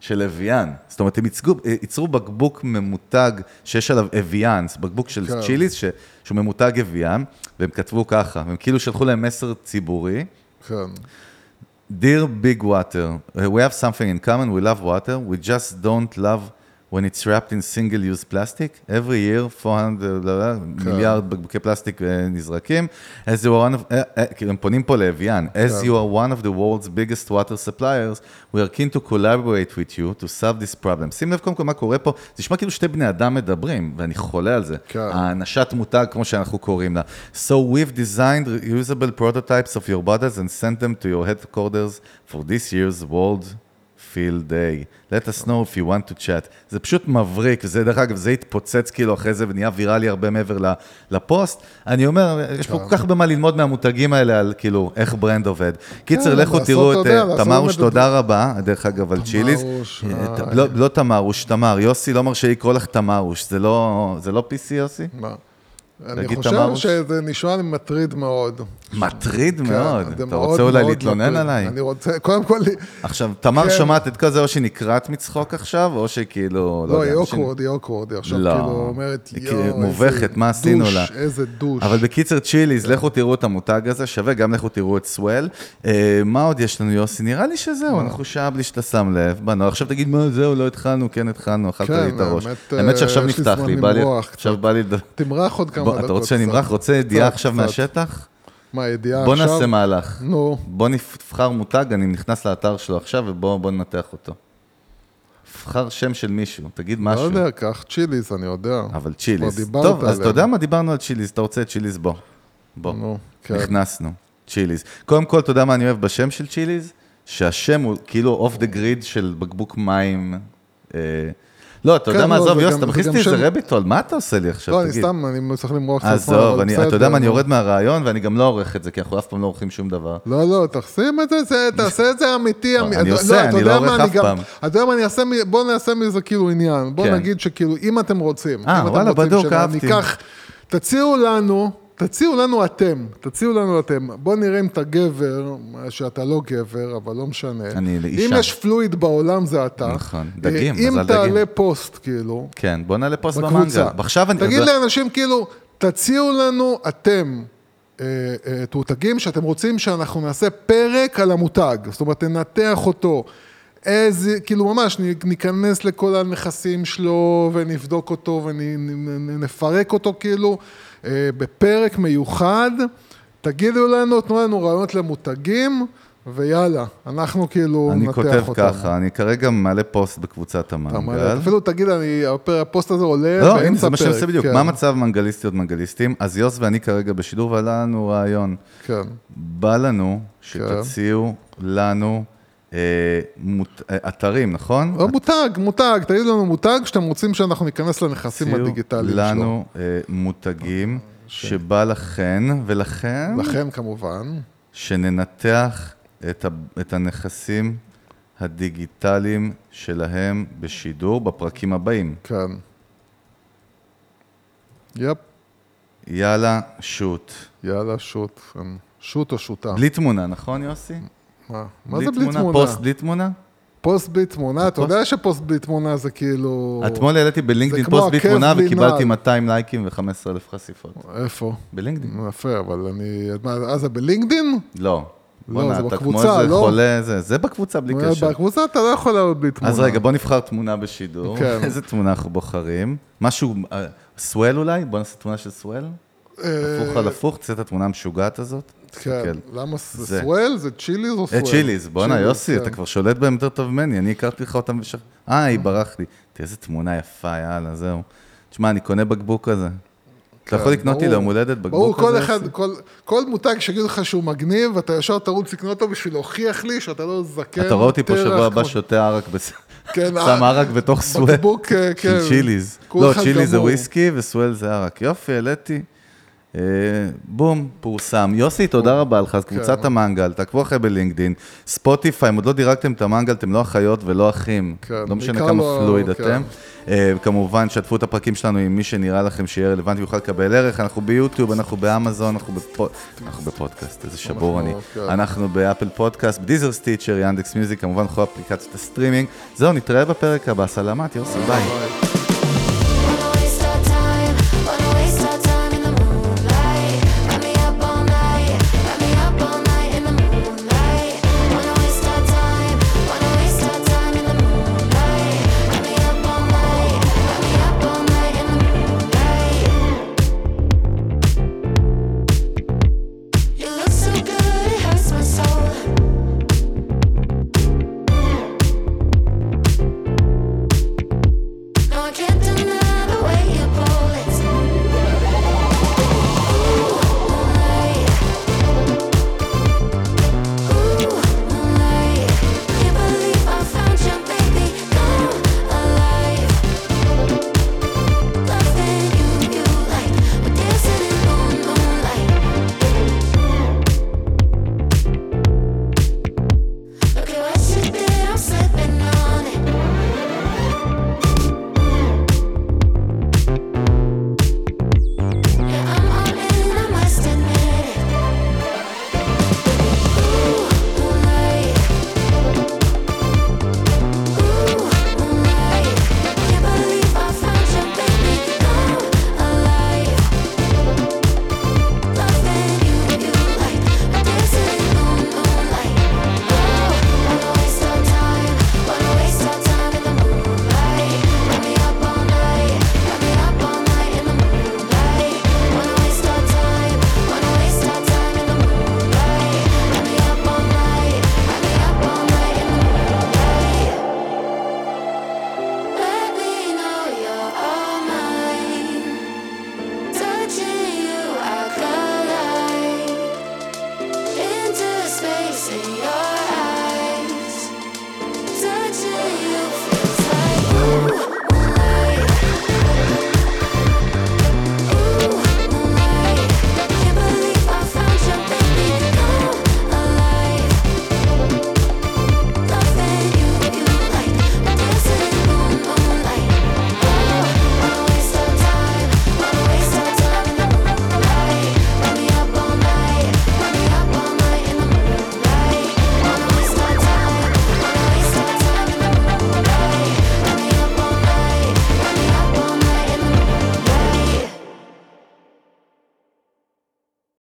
של אביאן. זאת אומרת, הם ייצרו בקבוק ממותג שיש עליו אביאנס, בקבוק של צ'יליס שהוא ממותג אביאן, והם כתבו ככה, הם כאילו שלחו להם מסר ציבורי. כן. Dear Big Water, we have something in common, we love water, we just don't love when it's wrapped in single-use plastic. Every year, 400 מיליארד בקבוקי פלסטיק נזרקים. As you are one of, הם פונים פה לאביאן, as you are one of the world's biggest water suppliers, we are keen to collaborate with you to solve this problem. שים לב קודם כל מה קורה פה, זה נשמע כאילו שתי בני אדם מדברים, ואני חולה על זה. האנשת מותג, כמו שאנחנו קוראים לה. So we've designed reusable prototypes of your bottles and sent them to your headquarters for this year's World Field Day. Let us know if you want to chat. זה פשוט מבריק, וזה דרך אגב, זה התפוצץ כאילו אחרי זה, ונהיה ויראלי הרבה מעבר לפוסט. אני אומר, יש פה כל כך במה ללמוד מהמותגים האלה, על כאילו, איך ברנד עובד. קיצר, לכו תראו את תמרוש, תודה רבה, דרך אגב, על צ'יליס. לא תמרוש, תמר. יוסי לא מרשה לקרוא לך תמרוש. זה לא PC, יוסי? מה? אני חושב שזה נשמע לי מטריד מאוד. מטריד מאוד? אתה רוצה אולי להתלונן עליי? אני רוצה, קודם כל... עכשיו, תמר שומעת את כל זה, או שהיא נקראת מצחוק עכשיו, או שכאילו... לא, היא אוקוורד, עכשיו כאילו אומרת, מובכת, מה עשינו לה? איזה דוש. אבל בקיצר צ'יליז, לכו תראו את המותג הזה, שווה, גם לכו תראו את סוואל. מה עוד יש לנו, יוסי? נראה לי שזהו, אנחנו שעה בלי שאתה שם לב. בנו, עכשיו תגיד, מה זהו, לא התחלנו, כן התחלנו, אכלת לי את הראש. האמת שעכשיו נפתח לי, עכשיו בא לי... תמרח עוד כמה אתה רוצה שנמרח? רוצה ידיעה עכשיו מהשטח? מה, ידיעה עכשיו? עכשיו? בוא נעשה מהלך. נו. בוא נבחר מותג, אני נכנס לאתר שלו עכשיו, ובוא ננתח אותו. נבחר שם של מישהו, תגיד משהו. לא יודע, כך צ'יליס, אני יודע. אבל צ'יליס. טוב, אז אתה יודע מה דיברנו על צ'יליס? אתה רוצה את צ'יליס? בוא. נכנסנו. צ'יליס. קודם כל, אתה יודע מה אני אוהב בשם של צ'יליס? שהשם הוא כאילו אוף דה גריד של בקבוק מים... לא, אתה יודע מה, עזוב, יוס, אתה מכניס לי איזה רביטול, מה אתה עושה לי עכשיו? לא, אני סתם, אני צריך למרוח קצת. עזוב, אתה יודע מה, אני יורד מהרעיון, ואני גם לא עורך את זה, כי אנחנו אף פעם לא עורכים שום דבר. לא, תחסים את זה, תעשה את זה אמיתי. אני עושה, אני לא עורך אף פעם. אתה יודע מה, בוא נעשה מזה כאילו עניין, בוא נגיד שכאילו, אם אתם רוצים, וואלה, בדוק, אהבתי. תציעו לנו אתם. בוא נראה אם אתה גבר, שאתה לא גבר, אבל לא משנה. אני לאישה. אם יש פלואיד בעולם, זה אתה. נכון, דגים, מזל דגים. אם תעלה פוסט, כאילו. כן, בוא נעלה פוסט במנגה. תגיד לאנשים, כאילו, תציעו לנו אתם תותגים שאתם רוצים שאנחנו נעשה פרק על המותג. זאת אומרת, ננתח אותו. כאילו ממש, ניכנס לכל הנכסים שלו, ונבדוק אותו, ונפרק אותו, כאילו. בפרק מיוחד, תגידו לנו, תנו לנו רעיונות למותגים, ויאללה, אנחנו כאילו נתח אותם. אני כותב ככה, אני כרגע מעלה פוסט בקבוצת המנגל. אפילו תגיד, הפוסט הזה עולה באמצע פרק. לא, זה מה שאני עושה בדיוק. מה מצב מנגליסטיות מנגליסטים? אז יוס ואני כרגע בשידור, ועלה לנו רעיון. כן. בא לנו שתציעו לנו אתרים, נכון? לא, מותג, תגידו לנו מותג שאתם רוצים שאנחנו ניכנס לנכסים הדיגיטליים שלו. תציעו לנו מותגים שבא לכן ולכן. לכן כמובן. שננתח את הנכסים הדיגיטליים שלהם בשידור בפרקים הבאים. כן. יפ. יאללה, שוט. יאללה, שוט. שוט או שוטה. בלי תמונה, נכון יוסי? מה זה בלי תמונה? פוסט בלי תמונה? פוסט בלי תמונה, אתה יודע שפוסט בלי תמונה זה כאילו... אתמול העליתי בלינקדין פוסט בלי תמונה וקיבלתי 200 לייקים ו15,000 חשיפות. איפה? בלינקדין. יפה, אבל אני... אז זה בלינקדין? לא. לא, זה בקבוצה, לא? זה בקבוצה בלי קשר. בקבוצה אתה לא יכול לעלות בלי תמונה. אז רגע, בוא נבחר תמונה בשידור. איזה תמונה אנחנו בוחרים? משהו, סואל אולי? בוא נעשה תמונה של סואל? הפוך על הפוך, תצא את התמונה המשוגעת הזאת. כן, למה סואל? זה צ'יליז או סואל? צ'יליז, בוא'נה יוסי, אתה כבר שולט בהם יותר טוב ממני, אני הכרתי לך אותם היא ברח לי. תראה איזה תמונה יפה, יאללה, זהו. תשמע, אני קונה בקבוק כזה. אתה יכול לקנות לי ליום הולדת בקבוק הזה? ברור, כל מותג שיגיד לך שהוא מגניב, ואתה ישר תרוץ לקנות אותו בשביל להוכיח לי שאתה לא זקן. אתה רואה אותי פה שבוע הבא שותה ערק, שם ערק בתוך סואל. של צ'יליז. לא, צ'יליז זה וויסקי וסואל זה ערק. יופי, העליתי. בום, פורסם. יוסי, תודה רבה לך, אז קבוצת המנגל, תעקבו אחרי בלינקדין, ספוטיפיי, אם עוד לא דירגתם את המנגל, אתם לא אחיות ולא אחים, לא משנה כמה פלואיד אתם. כמובן, שתפו את הפרקים שלנו עם מי שנראה לכם שיהיה רלוונטי, יוכל לקבל ערך, אנחנו ביוטיוב, אנחנו באמזון, אנחנו בפודקאסט, איזה שבור אני. אנחנו באפל פודקאסט, בדיזר סטיצ'ר, ינדקס מיוזיק, כמובן, כל אפליקציות הסטרימינג. זהו, נתראה בפרק הבא, סלמת, יוסי, ביי.